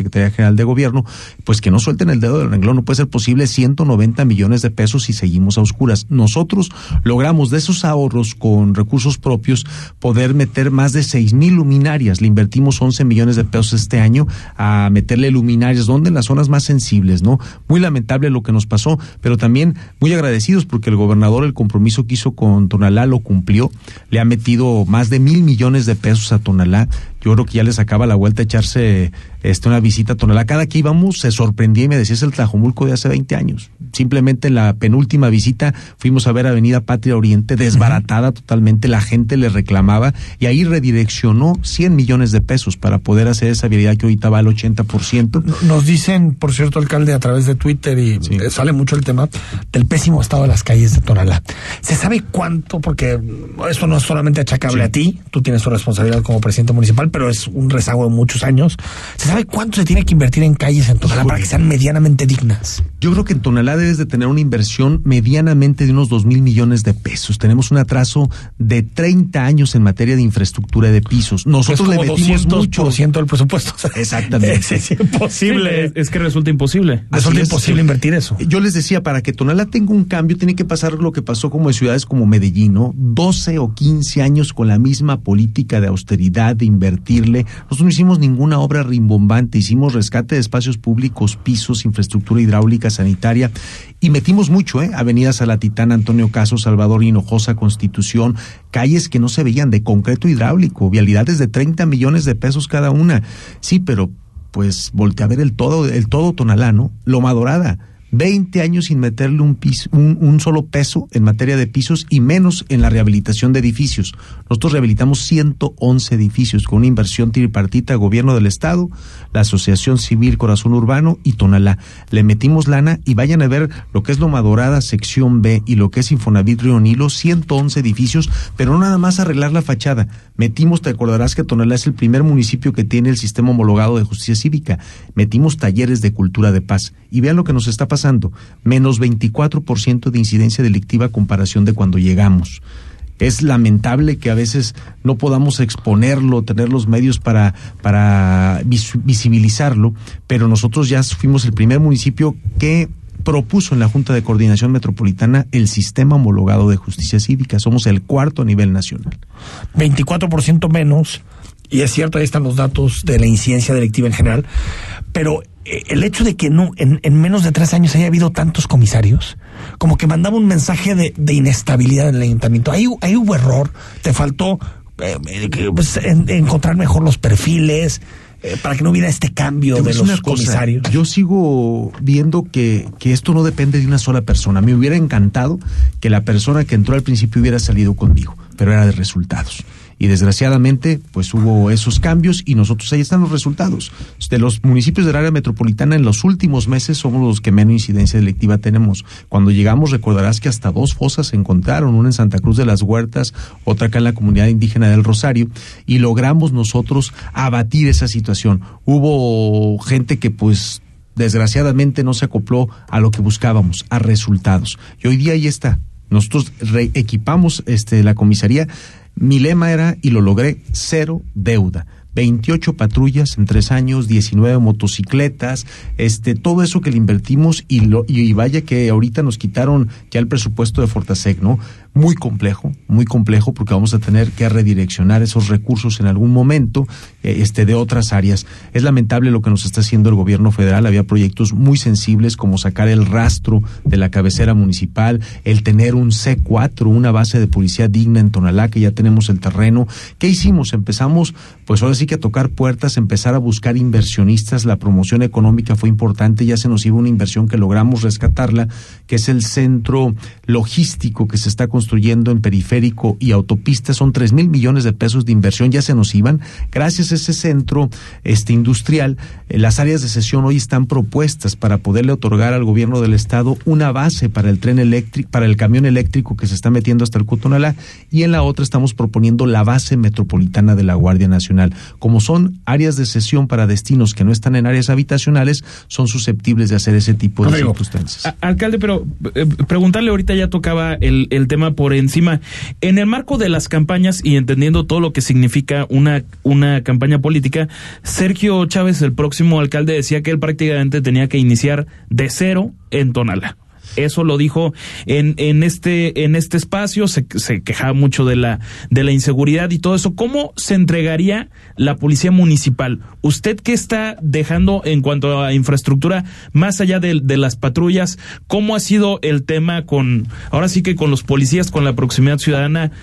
Secretaría General de Gobierno, pues que no suelten el dedo del renglón. No puede ser posible 190 millones de pesos si seguimos a oscuras. Nosotros logramos de esos ahorros con recursos propios poder meter más de 6,000 luminarias. Le invertimos 11 millones de pesos este año a meterle luminarias, donde en las zonas más sensibles, ¿no? Muy lamentable lo que nos pasó, pero también muy agradecidos porque el gobernador el compromiso que hizo con Tonalá lo cumplió. Le ha metido más de 1,000 millones de pesos a Tonalá. Yo creo que ya les acaba la vuelta echarse una visita a Tonalá. Cada que íbamos se sorprendía y me decía, es el Tlajomulco de hace 20 años. Simplemente en la penúltima visita fuimos a ver Avenida Patria Oriente desbaratada totalmente, la gente le reclamaba y ahí redireccionó 100 millones de pesos para poder hacer esa vialidad que ahorita va al 80%. Nos dicen, por cierto, alcalde, a través de Twitter y sale mucho el tema del pésimo estado de las calles de Tonalá. ¿Se sabe cuánto? Porque esto no es solamente achacable a ti, tú tienes tu responsabilidad como presidente municipal, pero es un rezago de muchos años. ¿Se sabe cuánto se tiene que invertir en calles en Tonalá para que sean medianamente dignas? Yo creo que en Tonalá debes de tener una inversión medianamente de unos 2,000 millones de pesos. Tenemos un atraso de 30 años en materia de infraestructura de pisos. Nosotros le metimos mucho 200% del presupuesto. Exactamente. Es imposible. Sí, es que resulta imposible. Resulta imposible invertir eso. Yo les decía, para que Tonalá tenga un cambio, tiene que pasar lo que pasó como en ciudades como Medellín, ¿no? 12 o 15 años con la misma política de austeridad, de invertirle. Nosotros no hicimos ninguna obra rimbombante, hicimos rescate de espacios públicos, pisos, infraestructura hidráulica, sanitaria, y metimos mucho, Avenida Salatitán, Antonio Caso, Salvador Hinojosa, Constitución, calles que no se veían de concreto hidráulico, vialidades de 30 millones de pesos cada una. Sí, pero pues voltea a ver el todo Tonalá, ¿no? Loma Dorada, 20 años sin meterle un solo peso en materia de pisos y menos en la rehabilitación de edificios. Nosotros rehabilitamos 111 edificios con una inversión tripartita, gobierno del estado, la Asociación Civil Corazón Urbano y Tonalá. Le metimos lana y vayan a ver lo que es Loma Dorada, sección B, y lo que es Infonavit Río Nilo, 111 edificios, pero no nada más arreglar la fachada. Metimos, te acordarás que Tonalá es el primer municipio que tiene el sistema homologado de justicia cívica. Metimos talleres de cultura de paz. Y vean lo que nos está pasando, menos 24% de incidencia delictiva a comparación de cuando llegamos. Es lamentable que a veces no podamos exponerlo, tener los medios para visibilizarlo, pero nosotros ya fuimos el primer municipio que propuso en la Junta de Coordinación Metropolitana el sistema homologado de justicia cívica. Somos el 4º a nivel nacional. 24% menos, y es cierto, ahí están los datos de la incidencia delictiva en general, pero el hecho de que no en menos de 3 años haya habido tantos comisarios, como que mandaba un mensaje de inestabilidad en el ayuntamiento. Ahí hubo error, te faltó encontrar mejor los perfiles, para que no hubiera este cambio de los comisarios. Yo sigo viendo que esto no depende de una sola persona. Me hubiera encantado que la persona que entró al principio hubiera salido conmigo, pero era de resultados. Y desgraciadamente, pues hubo esos cambios y nosotros ahí están los resultados. De los municipios del área metropolitana, en los últimos meses somos los que menos incidencia delictiva tenemos. Cuando llegamos, recordarás que hasta 2 fosas se encontraron, una en Santa Cruz de las Huertas, otra acá en la comunidad indígena del Rosario, y logramos nosotros abatir esa situación. Hubo gente que pues desgraciadamente no se acopló a lo que buscábamos, a resultados. Y hoy día ahí está. Nosotros reequipamos la comisaría. Mi lema era, y lo logré, 0 deuda. 28 patrullas en 3 años, 19 motocicletas, todo eso que le invertimos y vaya que ahorita nos quitaron ya el presupuesto de Fortasec, ¿no? Muy complejo porque vamos a tener que redireccionar esos recursos en algún momento de otras áreas. Es lamentable lo que nos está haciendo el gobierno federal. Había proyectos muy sensibles como sacar el rastro de la cabecera municipal, el tener un C4, una base de policía digna en Tonalá, que ya tenemos el terreno. ¿Qué hicimos? Empezamos, pues ahora sí que a tocar puertas, empezar a buscar inversionistas. La promoción económica fue importante, ya se nos iba una inversión que logramos rescatarla, que es el centro logístico que se está construyendo en Periférico y Autopista. Son 3,000 millones de pesos de inversión, ya se nos iban. Gracias a ese centro industrial, las áreas de sesión hoy están propuestas para poderle otorgar al gobierno del estado una base para el tren eléctrico, para el camión eléctrico que se está metiendo hasta el Tonalá, y en la otra estamos proponiendo la base metropolitana de la Guardia Nacional. como son áreas de cesión para destinos que no están en áreas habitacionales, son susceptibles de hacer ese tipo de circunstancias. Alcalde, pero preguntarle, ahorita ya tocaba el tema por encima. En el marco de las campañas y entendiendo todo lo que significa una campaña política, Sergio Chávez, el próximo alcalde, decía que él prácticamente tenía que iniciar de cero en Tonalá. Eso lo dijo en este espacio, se quejaba mucho de la inseguridad y todo eso. ¿Cómo se entregaría la policía municipal? ¿Usted qué está dejando en cuanto a infraestructura, más allá de las patrullas? ¿Cómo ha sido el tema ahora sí que con los policías, con la proximidad ciudadana,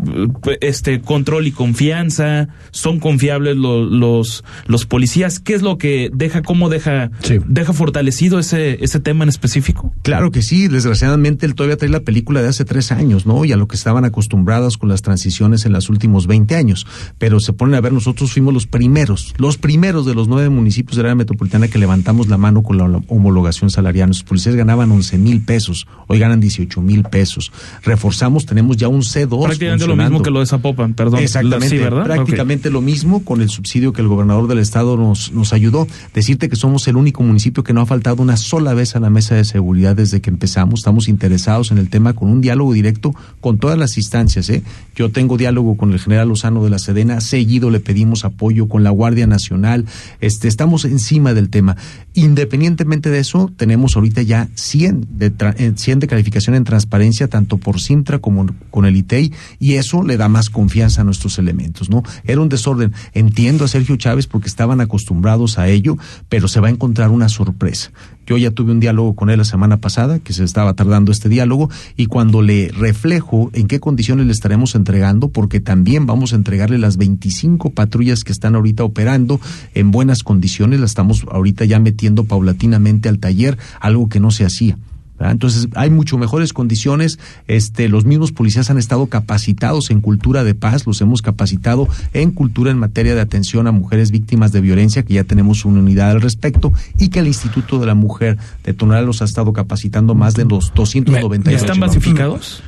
control y confianza? ¿Son confiables los policías? ¿Qué es lo que deja fortalecido ese tema en específico? Claro que sí, desgraciadamente él todavía trae la película de hace 3 años, ¿no? Y a lo que estaban acostumbrados con las transiciones en los últimos 20 años. Pero se ponen a ver, nosotros fuimos los primeros de los 9 municipios del área metropolitana que levantamos la mano con la homologación salarial. Nuestros policías ganaban 11,000 pesos, hoy ganan 18,000 pesos. Reforzamos, tenemos ya un C2 prácticamente lo mismo que lo de Zapopan, perdón. Exactamente, sí, ¿verdad? Prácticamente lo mismo, con el subsidio que el gobernador del estado nos ayudó. Decirte que somos el único municipio que no ha faltado una sola vez a la mesa de seguridad desde que empezamos. Estamos interesados en el tema con un diálogo directo con todas las instancias. Yo tengo diálogo con el general Lozano de la Sedena, seguido le pedimos apoyo con la Guardia Nacional, estamos encima del tema. Independientemente de eso, tenemos ahorita ya 100 de calificación en transparencia, tanto por Cintra como con el ITEI, y eso le da más confianza a nuestros elementos, ¿no? Era un desorden. Entiendo a Sergio Chávez porque estaban acostumbrados a ello, pero se va a encontrar una sorpresa. Yo ya tuve un diálogo con él la semana pasada, que se estaba tardando este diálogo, y cuando le reflejo en qué condiciones le estaremos entregando, porque también vamos a entregarle las 25 patrullas que están ahorita operando en buenas condiciones, las estamos ahorita ya metiendo paulatinamente al taller, algo que no se hacía. Entonces hay mucho mejores condiciones. Los mismos policías han estado capacitados en cultura de paz, los hemos capacitado en cultura en materia de atención a mujeres víctimas de violencia, que ya tenemos una unidad al respecto, y que el Instituto de la Mujer de Tonalá los ha estado capacitando más de los 298. ¿Están basificados?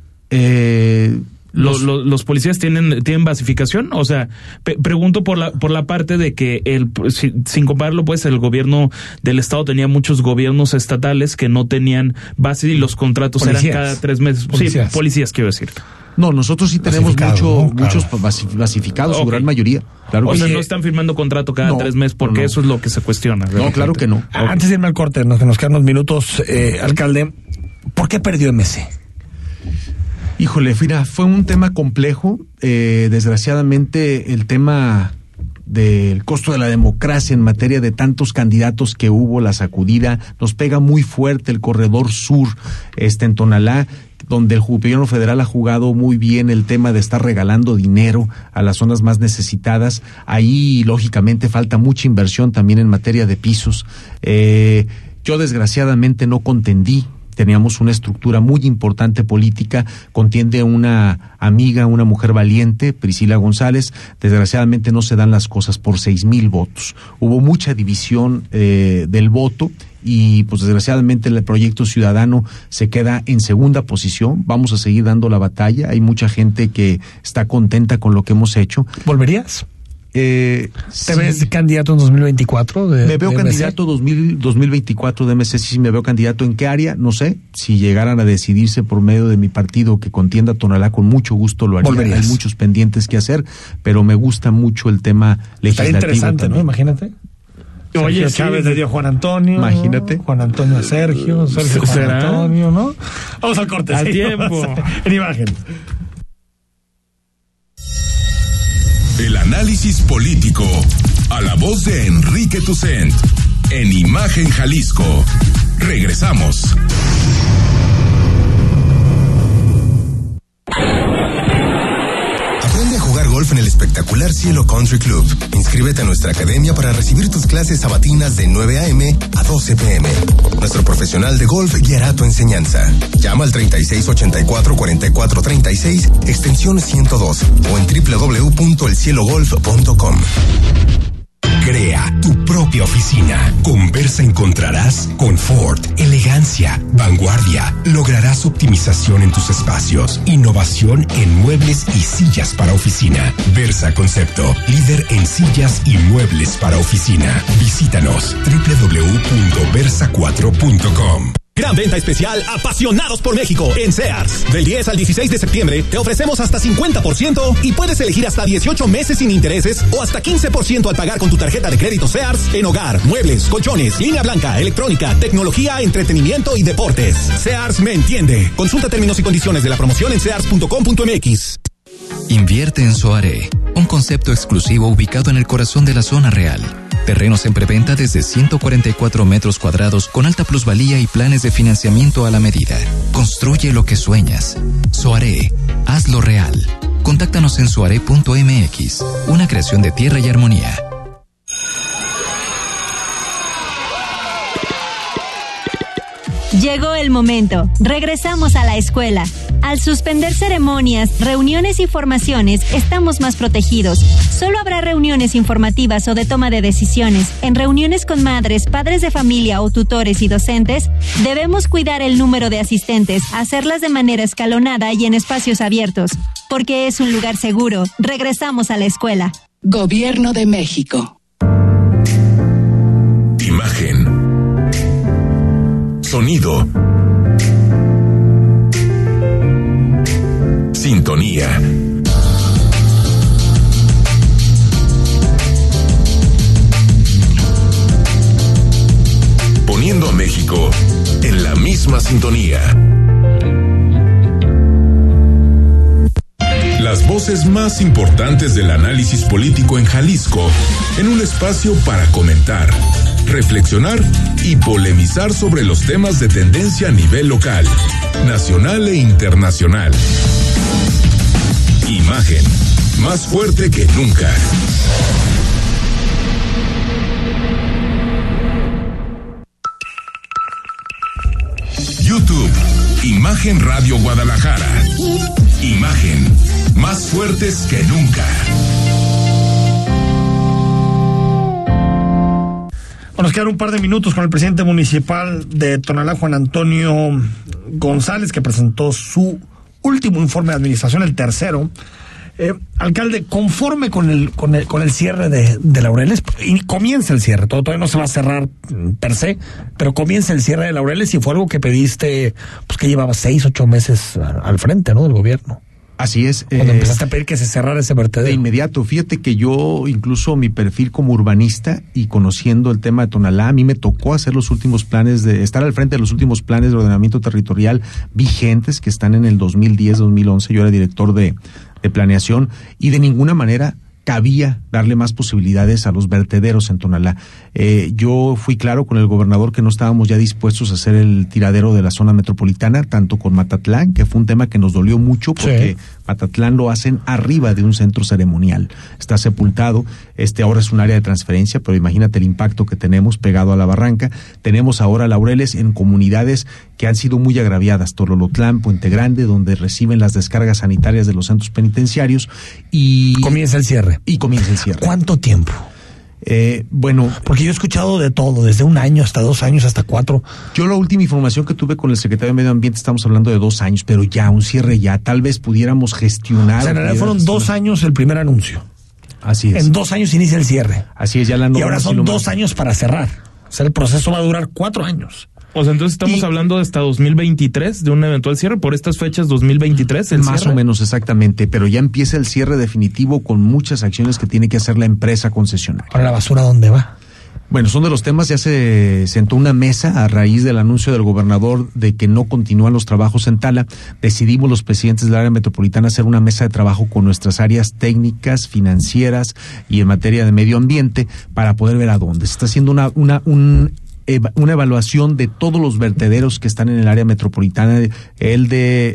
¿Los policías tienen basificación? O sea, pregunto por la parte de que sin compararlo, pues el gobierno del estado tenía muchos gobiernos estatales que no tenían base y los contratos eran cada 3 meses. Policías. Sí, policías quiero decir. No, nosotros sí tenemos muchos basificados, su gran mayoría. Claro. O sea, no están firmando contrato cada 3 meses porque eso es lo que se cuestiona. No, claro que no. Antes de irme al corte, nos quedan unos minutos, alcalde, ¿por qué perdió MC? Híjole, mira, fue un tema complejo. Desgraciadamente, el tema del costo de la democracia en materia de tantos candidatos que hubo, la sacudida, nos pega muy fuerte. El corredor sur en Tonalá, donde el gobierno federal ha jugado muy bien el tema de estar regalando dinero a las zonas más necesitadas. Ahí, lógicamente, falta mucha inversión también en materia de pisos. Yo, desgraciadamente, no contendí. Teníamos una estructura muy importante política, contiende una amiga, una mujer valiente, Priscila González. Desgraciadamente no se dan las cosas por 6,000 votos. Hubo mucha división del voto y pues desgraciadamente el proyecto ciudadano se queda en segunda posición. Vamos a seguir dando la batalla. Hay mucha gente que está contenta con lo que hemos hecho. ¿Volverías? ¿Te ves candidato en 2024? Me veo candidato 2024 de MC, sí me veo candidato. ¿En qué área? No sé. Si llegaran a decidirse por medio de mi partido que contienda Tonalá, con mucho gusto lo haría. ¿Volverías? Hay muchos pendientes que hacer, pero me gusta mucho el tema legislativo. Está interesante, también, ¿no? Imagínate. Sergio Chávez le dio a Juan Antonio. Imagínate. Juan Antonio a Sergio Juan Antonio, ¿no? Vamos al corte. Al tiempo. En imagen. El análisis político a la voz de Enrique Tucent en Imagen Jalisco. Regresamos. Aprende a jugar golf en el espectacular Cielo Country Club. Inscríbete a nuestra academia para recibir tus clases sabatinas de 9 a.m. a 12 p.m. Nuestro profesional de golf guiará tu enseñanza. Llama al 3684-4436, extensión 102 o en www.elcielogolf.com. Crea tu propia oficina. Con Versa encontrarás confort, elegancia, vanguardia. Lograrás optimización en tus espacios, innovación en muebles y sillas para oficina. Versa Concepto, líder en sillas y muebles para oficina. Visítanos www.versa4.com. Gran venta especial Apasionados por México en Sears. Del 10 al 16 de septiembre te ofrecemos hasta 50% y puedes elegir hasta 18 meses sin intereses o hasta 15% al pagar con tu tarjeta de crédito Sears en hogar, muebles, colchones, línea blanca, electrónica, tecnología, entretenimiento y deportes. Sears me entiende. Consulta términos y condiciones de la promoción en sears.com.mx. Invierte en Soaré, un concepto exclusivo ubicado en el corazón de la zona real. Terrenos en preventa desde 144 metros cuadrados con alta plusvalía y planes de financiamiento a la medida. Construye lo que sueñas. Soaré, hazlo real. Contáctanos en soaré.mx, una creación de Tierra y Armonía. Llegó el momento. Regresamos a la escuela. Al suspender ceremonias, reuniones y formaciones, estamos más protegidos. Solo habrá reuniones informativas o de toma de decisiones. En reuniones con madres, padres de familia o tutores y docentes, debemos cuidar el número de asistentes, hacerlas de manera escalonada y en espacios abiertos, porque es un lugar seguro. Regresamos a la escuela. Gobierno de México. Imagen. Sonido. Sintonía. Poniendo a México en la misma sintonía. Las voces más importantes del análisis político en Jalisco, en un espacio para comentar, reflexionar y polemizar sobre los temas de tendencia a nivel local, nacional e internacional. Imagen, más fuerte que nunca. YouTube, Imagen Radio Guadalajara. Imagen, más fuertes que nunca. Nos quedan un par de minutos con el presidente municipal de Tonalá, Juan Antonio González, que presentó su último informe de administración, el tercero. Alcalde, conforme con el cierre de Laureles, y comienza el cierre, todavía no se va a cerrar per se, pero comienza el cierre de Laureles y fue algo que pediste, pues que llevaba 6-8 meses al frente, ¿no?, del gobierno. Así es. Cuando empezaste a pedir que se cerrara ese vertedero. De inmediato, fíjate que yo, incluso mi perfil como urbanista y conociendo el tema de Tonalá, a mí me tocó hacer los últimos planes estar al frente de los últimos planes de ordenamiento territorial vigentes que están en el 2010-2011. Yo era director de planeación y de ninguna manera cabía darle más posibilidades a los vertederos en Tonalá. Yo fui claro con el gobernador que no estábamos ya dispuestos a hacer el tiradero de la zona metropolitana, tanto con Matatlán, que fue un tema que nos dolió mucho porque sí. Matatlán lo hacen arriba de un centro ceremonial, está sepultado, ahora es un área de transferencia, pero imagínate el impacto que tenemos pegado a la barranca. Tenemos ahora Laureles en comunidades que han sido muy agraviadas, Tololotlán, Puente Grande, donde reciben las descargas sanitarias de los centros penitenciarios y... Comienza el cierre. ¿Cuánto tiempo? Bueno, porque yo he escuchado de todo, desde 1 año hasta 2 años, hasta 4. Yo la última información que tuve con el secretario de Medio Ambiente, estamos hablando de 2 años, pero ya, un cierre ya, tal vez pudiera-. En realidad fueron 2 años el primer anuncio. Así es. En 2 años inicia el cierre. Así es, ya la norma. Y ahora son 2 años para cerrar. O sea, el proceso va a durar 4 años. O sea, entonces estamos hablando de hasta 2023 de un eventual cierre, por estas fechas 2023 Más cierre. O menos, exactamente, pero ya empieza el cierre definitivo con muchas acciones que tiene que hacer la empresa concesionaria. ¿Para la basura dónde va? Bueno, son de los temas, ya se sentó una mesa a raíz del anuncio del gobernador de que no continúan los trabajos en Tala. Decidimos los presidentes del área metropolitana hacer una mesa de trabajo con nuestras áreas técnicas, financieras y en materia de medio ambiente para poder ver a dónde. Se está haciendo un una evaluación de todos los vertederos que están en el área metropolitana, el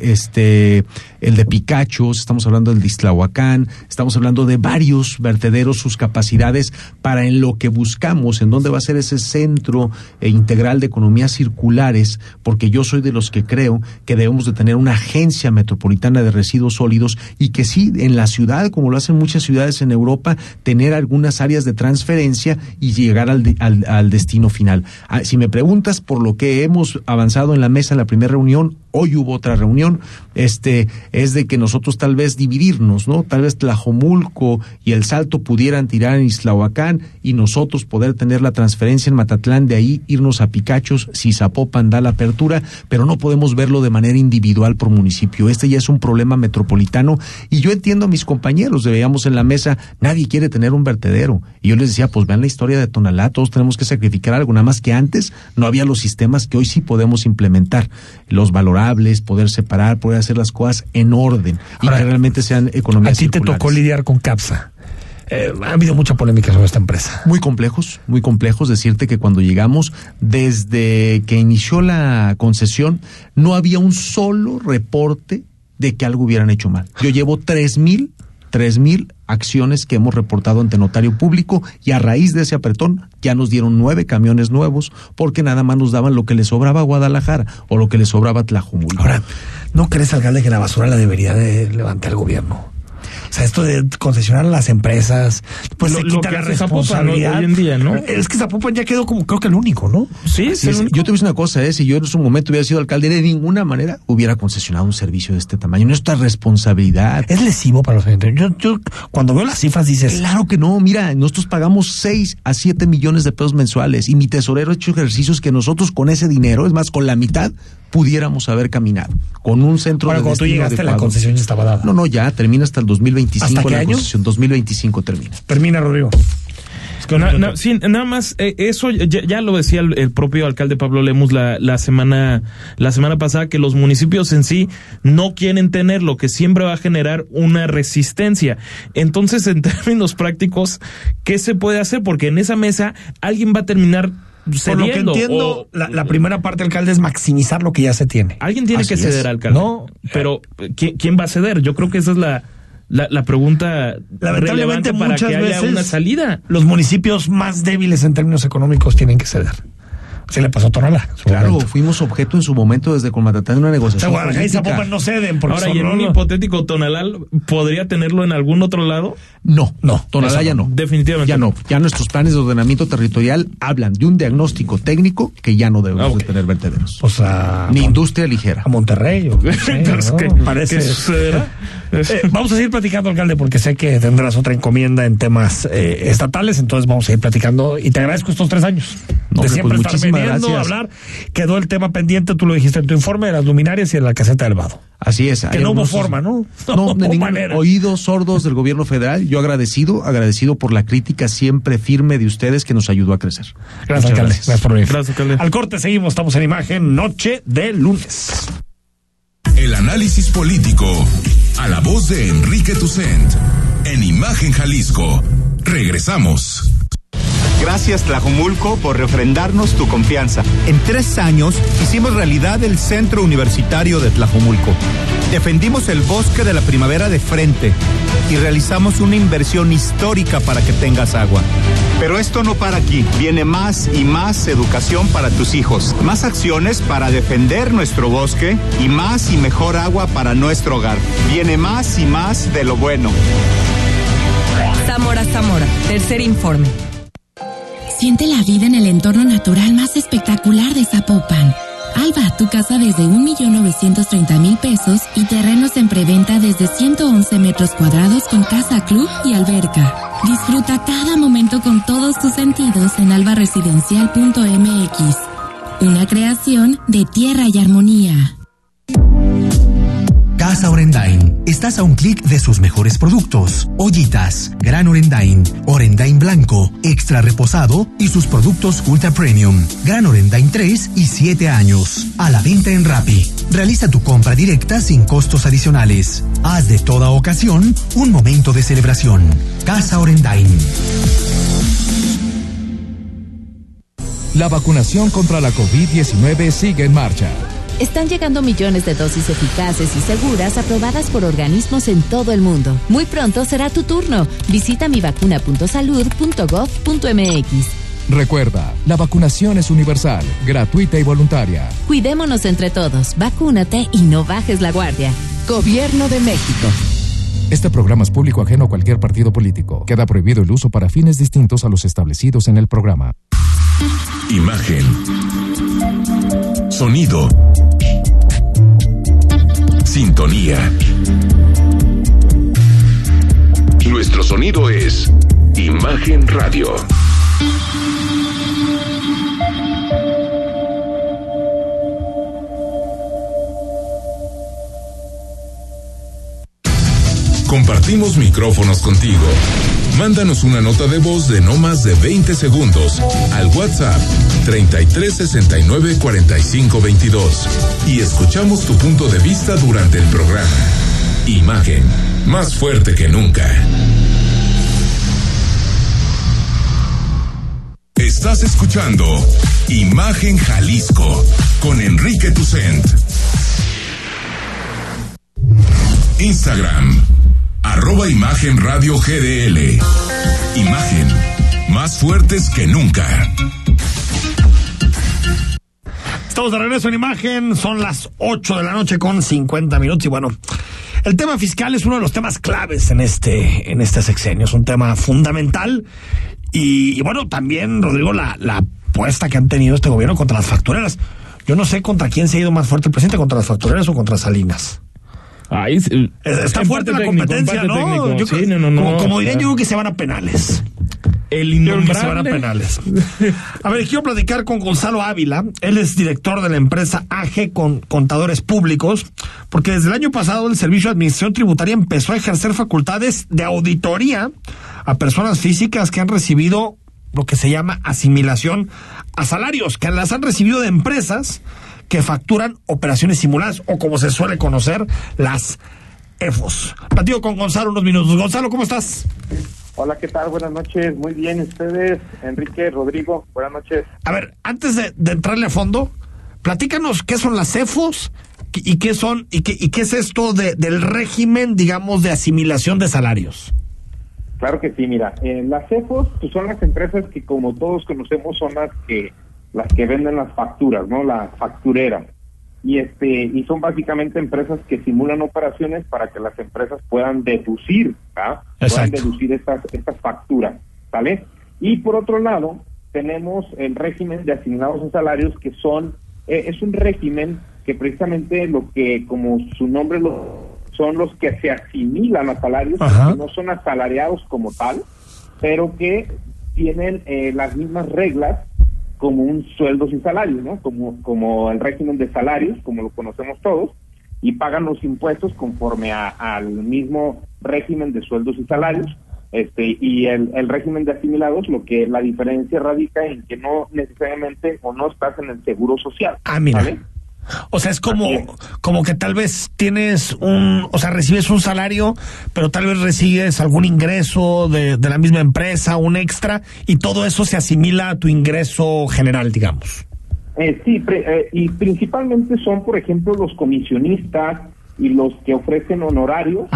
de Picachos, estamos hablando del de Ixtlahuacán, estamos hablando de varios vertederos, sus capacidades para en lo que buscamos, en dónde va a ser ese centro integral de economías circulares, porque yo soy de los que creo que debemos de tener una agencia metropolitana de residuos sólidos y que sí, en la ciudad, como lo hacen muchas ciudades en Europa, tener algunas áreas de transferencia y llegar al destino final. Si me preguntas por lo que hemos avanzado en la mesa en la primera reunión, hoy hubo otra reunión, es de que nosotros tal vez dividirnos, ¿no? Tal vez Tlajomulco y El Salto pudieran tirar en Ixtlahuacán y nosotros poder tener la transferencia en Matatlán, de ahí irnos a Picachos si Zapopan da la apertura, pero no podemos verlo de manera individual por municipio. Este ya es un problema metropolitano y yo entiendo a mis compañeros, veíamos en la mesa, nadie quiere tener un vertedero. Y yo les decía, pues vean la historia de Tonalá, todos tenemos que sacrificar algo, nada más que antes no había los sistemas que hoy sí podemos implementar, los valorables, poder separar, poder hacer las cosas en orden y ahora, que realmente sean economías circulares. A ti te tocó lidiar con CAPSA. Ha habido mucha polémica sobre esta empresa. Muy complejos. Decirte que cuando llegamos, desde que inició la concesión, no había un solo reporte de que algo hubieran hecho mal. Yo llevo 3,000 acciones que hemos reportado ante notario público y a raíz de ese apretón ya nos dieron 9 camiones nuevos porque nada más nos daban lo que le sobraba a Guadalajara o lo que le sobraba a Tlajomulco. Ahora, ¿no crees, alcalde, que la basura la debería de levantar el gobierno? O sea, esto de concesionar a las empresas, pues se quita la responsabilidad. Hoy en día, ¿no? Es que Zapopan ya quedó como, creo que el único, ¿no? Sí, es el único. Yo te voy a decir una cosa, si yo en su momento hubiera sido alcalde, de ninguna manera hubiera concesionado un servicio de este tamaño. Nuestra responsabilidad. Es lesivo para los ayuntamientos. Yo cuando veo las cifras dices... Claro que no, mira, nosotros pagamos 6 a 7 millones de pesos mensuales y mi tesorero ha hecho ejercicios que nosotros con ese dinero, es más, con la mitad, pudiéramos haber caminado con un centro de destino. Cuando tú llegaste, adecuado. La concesión ya estaba dada. No, ya termina hasta el 2025. ¿Hasta qué año? Concesión 2025 termina. Termina, Rodrigo. Sí, nada más, eso ya lo decía el propio alcalde Pablo Lemus la semana pasada, que los municipios en sí no quieren tener, lo que siempre va a generar una resistencia. Entonces, en términos prácticos, ¿qué se puede hacer? Porque en esa mesa alguien va a terminar cediendo. Por lo que entiendo, la primera parte, alcalde, es maximizar lo que ya se tiene. Alguien tiene que ceder, alcalde. No, pero ¿quién va a ceder? Yo creo que esa es la pregunta lamentablemente para muchas que haya veces una salida. Los municipios más débiles en términos económicos tienen que ceder. Sí le pasó a Tonalá. Claro, momento. Fuimos objeto en su momento desde Colmatatán de una negociación. Guadalajara y Zapopan no ceden. Ahora, y en un hipotético Tonalá, ¿podría tenerlo en algún otro lado? No, Tonalá ya no. Definitivamente. Ya no. Ya nuestros planes de ordenamiento territorial hablan de un diagnóstico técnico que ya no debemos de tener vertederos. O sea, ni industria ligera. A Monterrey. No sé, ¿qué parece? Vamos a seguir platicando, alcalde, porque sé que tendrás otra encomienda en temas estatales, entonces vamos a ir platicando y te agradezco estos 3 años. No, de siempre pues estar veniendo a hablar. Quedó el tema pendiente, tú lo dijiste en tu informe, de las luminarias y de la caseta del Vado. Así es. Que no hubo forma, ¿no? No, de ningún manera. Oídos sordos del gobierno federal. Yo agradecido por la crítica siempre firme de ustedes que nos ayudó a crecer. Gracias, alcalde. Gracias por venir. Gracias, alcalde. Al corte seguimos, estamos en Imagen, noche de lunes. El análisis político a la voz de Enrique Tucent en Imagen Jalisco. Regresamos. Gracias, Tlajomulco, por refrendarnos tu confianza. En 3 años hicimos realidad el Centro Universitario de Tlajomulco. Defendimos el bosque de la primavera de frente y realizamos una inversión histórica para que tengas agua. Pero esto no para aquí. Viene más y más educación para tus hijos. Más acciones para defender nuestro bosque y más y mejor agua para nuestro hogar. Viene más y más de lo bueno. Zamora, tercer informe. Siente la vida en el entorno natural más espectacular de Zapopan. Alba, tu casa desde 1,930,000 pesos y terrenos en preventa desde 111 metros cuadrados con casa, club y alberca. Disfruta cada momento con todos tus sentidos en albaresidencial.mx. Una creación de tierra y armonía. Casa Orendain. Estás a un clic de sus mejores productos. Ollitas, Gran Orendain, Orendain Blanco, Extra Reposado y sus productos Ultra Premium. Gran Orendain 3 y 7 años. A la venta en Rappi. Realiza tu compra directa sin costos adicionales. Haz de toda ocasión un momento de celebración. Casa Orendain. La vacunación contra la COVID-19 sigue en marcha. Están llegando millones de dosis eficaces y seguras aprobadas por organismos en todo el mundo. Muy pronto será tu turno. Visita mivacuna.salud.gov.mx. Recuerda, la vacunación es universal, gratuita y voluntaria. Cuidémonos entre todos, vacúnate y no bajes la guardia. Gobierno de México. Este programa es público ajeno a cualquier partido político. Queda prohibido el uso para fines distintos a los establecidos en el programa. Imagen. Sonido. Sintonía. Nuestro sonido es Imagen Radio. Compartimos micrófonos contigo. Mándanos una nota de voz de no más de 20 segundos al WhatsApp 33 69 45 22 y escuchamos tu punto de vista durante el programa. Imagen, más fuerte que nunca. Estás escuchando Imagen Jalisco con Enrique Tucent. Instagram @Imagen Radio GDL. Imagen, más fuertes que nunca. Estamos de regreso en Imagen, son las 8 de la noche con 50 minutos y bueno, el tema fiscal es uno de los temas claves en este sexenio, es un tema fundamental y bueno, también, Rodrigo, la apuesta que han tenido este gobierno contra las factureras. Yo no sé contra quién se ha ido más fuerte el presidente, contra las factureras o contra Salinas. Está fuerte la competencia, ¿no? Como dirían, yo creo que se van a penales. El innombrable. Se van a penales. A ver, quiero platicar con Gonzalo Ávila. Él es director de la empresa AG Contadores Públicos, porque desde el año pasado el Servicio de Administración Tributaria empezó a ejercer facultades de auditoría a personas físicas que han recibido lo que se llama asimilación a salarios, que las han recibido de empresas que facturan operaciones simuladas, o como se suele conocer, las EFOS. Platico con Gonzalo unos minutos. Gonzalo, ¿cómo estás? Hola, ¿qué tal? Buenas noches. Muy bien, ¿ustedes? Enrique, Rodrigo, buenas noches. A ver, antes de entrarle a fondo, platícanos qué son las EFOS y qué son y qué es esto del régimen, digamos, de asimilación de salarios. Claro que sí, mira, las EFOS pues, son las empresas que, como todos conocemos, son las que venden las facturas, ¿no? Las factureras. Y son básicamente empresas que simulan operaciones para que las empresas puedan deducir, ¿ah? Puedan deducir estas facturas, ¿sale? Y por otro lado, tenemos el régimen de asimilados a salarios, que es un régimen que precisamente lo que, como su nombre son los que se asimilan a salarios, que no son asalariados como tal, pero que tienen las mismas reglas como un sueldos y salarios, ¿no? Como el régimen de salarios, como lo conocemos todos, y pagan los impuestos conforme al mismo régimen de sueldos y salarios. Y el régimen de asimilados, la diferencia radica en que no necesariamente o no estás en el seguro social. Ah, mira. ¿Vale? O sea, es como que tal vez recibes un salario, pero tal vez recibes algún ingreso de la misma empresa, un extra, y todo eso se asimila a tu ingreso general, digamos. Y principalmente son, por ejemplo, los comisionistas y los que ofrecen honorarios.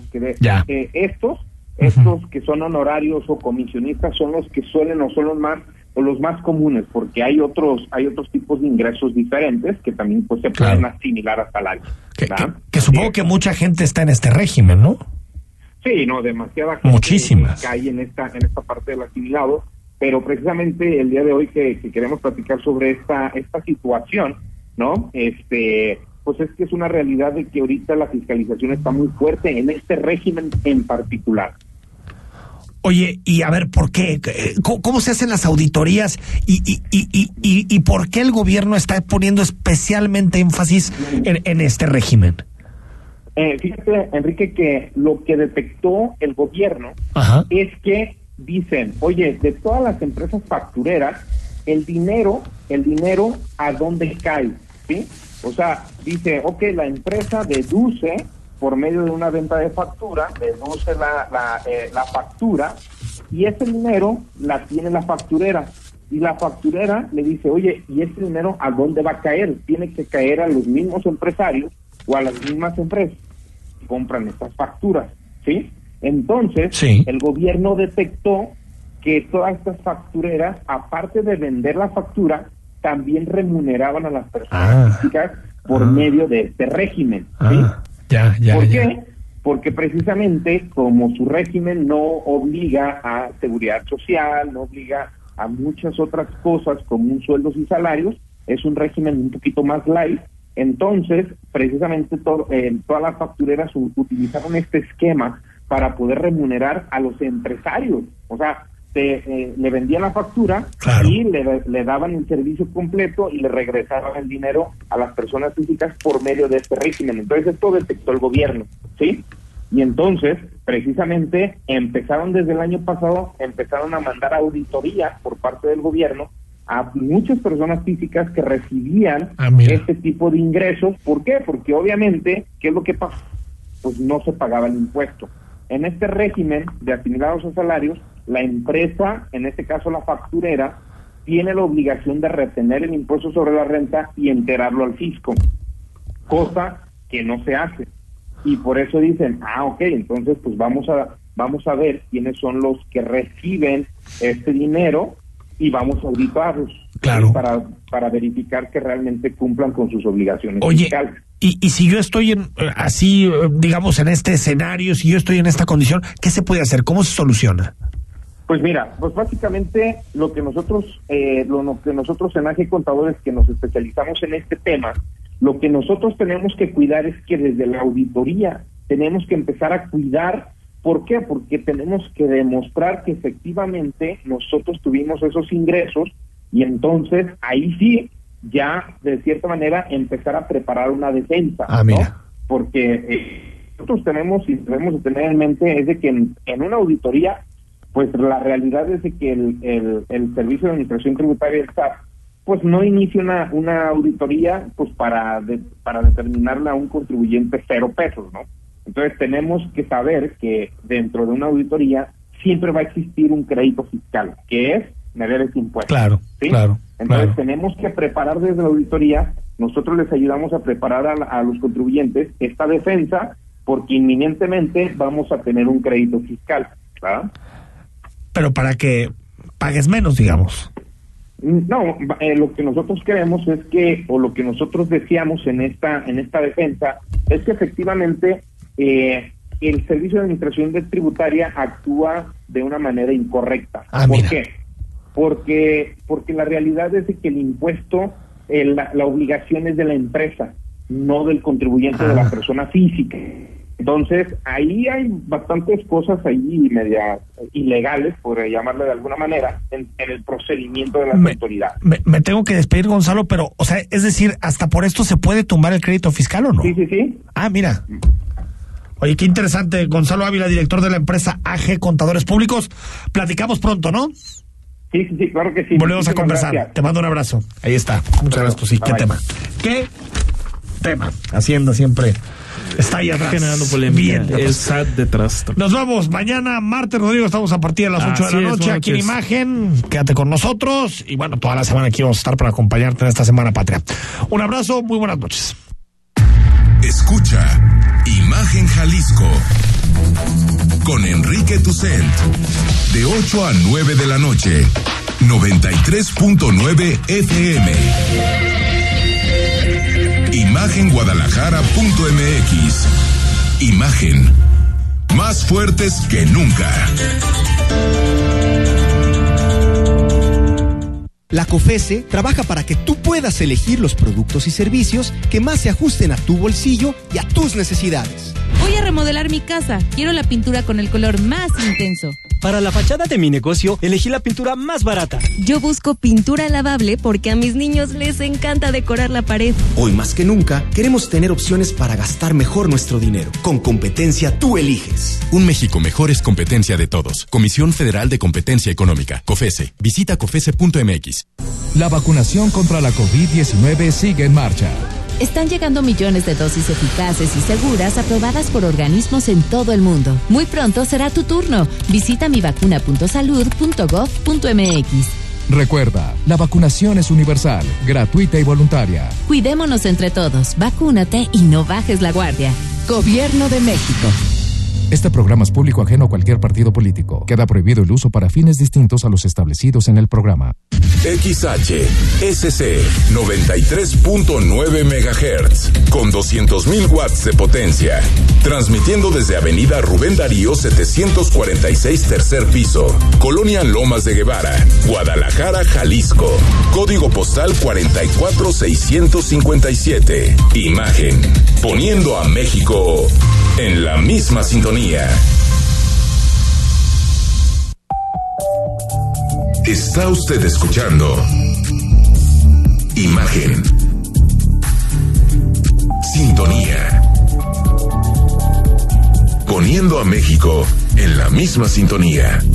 Estos que son honorarios o comisionistas son los que suelen o son los más comunes, porque hay otros tipos de ingresos diferentes que también pues se pueden asimilar a salarios. Que supongo que mucha gente está en este régimen, ¿no? Sí, no, demasiada gente. Muchísimas. Cae en esta parte del asimilado, pero precisamente el día de hoy que queremos platicar sobre esta situación, ¿no? Pues es que es una realidad de que ahorita la fiscalización está muy fuerte en este régimen en particular. Oye, y a ver, ¿por qué? ¿Cómo se hacen las auditorías? ¿Y por qué el gobierno está poniendo especialmente énfasis en este régimen? Fíjate, Enrique, que lo que detectó el gobierno es que dicen, oye, de todas las empresas factureras, el dinero, ¿a dónde cae? ¿Sí? O sea, dice, la empresa deduce por medio de una venta de factura, deduce la factura, y ese dinero la tiene la facturera. Y la facturera le dice, oye, ¿y este dinero a dónde va a caer? Tiene que caer a los mismos empresarios o a las mismas empresas que compran estas facturas, ¿sí? Entonces, el gobierno detectó que todas estas factureras, aparte de vender la factura, también remuneraban a las personas físicas por medio de este régimen, ¿sí? ¿Por qué? Porque precisamente como su régimen no obliga a seguridad social, no obliga a muchas otras cosas como sueldos y salarios, es un régimen un poquito más light. Entonces, precisamente todas las factureras utilizaron este esquema para poder remunerar a los empresarios. O sea, le vendían la factura y le daban el servicio completo y le regresaban el dinero a las personas físicas por medio de este régimen. Entonces, esto detectó el gobierno, ¿sí? Y entonces, precisamente, desde el año pasado, empezaron a mandar auditoría por parte del gobierno a muchas personas físicas que recibían este tipo de ingresos. ¿Por qué? Porque obviamente, ¿qué es lo que pasa? Pues no se pagaba el impuesto. En este régimen de asimilados a salarios, la empresa, en este caso la facturera, tiene la obligación de retener el impuesto sobre la renta y enterarlo al fisco, cosa que no se hace. Y por eso dicen, ok, entonces pues vamos a ver quiénes son los que reciben este dinero y vamos a auditarlos para verificar que realmente cumplan con sus obligaciones fiscales. Y si yo estoy así, digamos, en este escenario, si yo estoy en esta condición, ¿qué se puede hacer? ¿Cómo se soluciona? Pues mira, pues básicamente lo que nosotros en AG Contadores, que nos especializamos en este tema, lo que nosotros tenemos que cuidar es que desde la auditoría tenemos que empezar a cuidar. ¿Por qué? Porque tenemos que demostrar que efectivamente nosotros tuvimos esos ingresos y entonces ahí sí, ya de cierta manera empezar a preparar una defensa, ¿no? Porque nosotros tenemos y debemos de tener en mente es de que en una auditoría, pues la realidad es de que el Servicio de Administración Tributaria del SAT pues no inicia una auditoría pues para determinarle a un contribuyente 0 pesos, ¿no? Entonces tenemos que saber que dentro de una auditoría siempre va a existir un crédito fiscal, que es deber ese impuesto. ¿Sí? Entonces tenemos que preparar desde la auditoría, nosotros les ayudamos a preparar a los contribuyentes esta defensa, porque inminentemente vamos a tener un crédito fiscal, ¿verdad? Pero para que pagues menos, digamos. No, lo que nosotros queremos es que, o lo que nosotros deseamos en esta defensa, es que efectivamente el Servicio de Administración Tributaria actúa de una manera incorrecta. ¿Por qué? Porque la realidad es de que el impuesto, la obligación es de la empresa, no del contribuyente, de la persona física. Entonces, ahí hay bastantes cosas ahí media ilegales, por llamarle de alguna manera, en el procedimiento de las autoridades. Me tengo que despedir, Gonzalo, pero, o sea, es decir, ¿hasta por esto se puede tumbar el crédito fiscal o no? Sí. Mira. Oye, qué interesante. Gonzalo Ávila, director de la empresa AG Contadores Públicos. Platicamos pronto, ¿no? Sí, claro que sí. Volvemos a conversar. Gracias. Te mando un abrazo. Ahí está. Muchas gracias. Pues sí, ¿qué tema? ¿Qué tema? Hacienda siempre está ahí atrás. Generando polémica. El SAT detrás. Nos vamos. Mañana, martes, Rodrigo, estamos a partir de las 8 de la noche aquí en Imagen. Quédate con nosotros. Y bueno, toda la semana aquí vamos a estar para acompañarte en esta Semana Patria. Un abrazo, muy buenas noches. Escucha Imagen Jalisco con Enrique Tucent de 8 a 9 de la noche, 93.9 FM. Imagenguadalajara.mx. Imagen, más fuertes que nunca. La COFESE trabaja para que tú puedas elegir los productos y servicios que más se ajusten a tu bolsillo y a tus necesidades. Voy a remodelar mi casa. Quiero la pintura con el color más intenso. Para la fachada de mi negocio, elegí la pintura más barata. Yo busco pintura lavable porque a mis niños les encanta decorar la pared. Hoy más que nunca, queremos tener opciones para gastar mejor nuestro dinero. Con Competencia, tú eliges. Un México mejor es competencia de todos. Comisión Federal de Competencia Económica, COFESE. Visita COFESE.mx. La vacunación contra la COVID-19 sigue en marcha. Están llegando millones de dosis eficaces y seguras aprobadas por organismos en todo el mundo. Muy pronto será tu turno. Visita mivacuna.salud.gov.mx. Recuerda, la vacunación es universal, gratuita y voluntaria. Cuidémonos entre todos, vacúnate y no bajes la guardia. Gobierno de México. Este programa es público ajeno a cualquier partido político. Queda prohibido el uso para fines distintos a los establecidos en el programa. XHSC 93.9 MHz con 200.000 watts de potencia. Transmitiendo desde Avenida Rubén Darío 746 tercer piso, Colonia Lomas de Guevara, Guadalajara, Jalisco. Código postal 44657. Imagen. Poniendo a México en la misma sintonía. Está usted escuchando Imagen. Sintonía. Poniendo a México en la misma sintonía.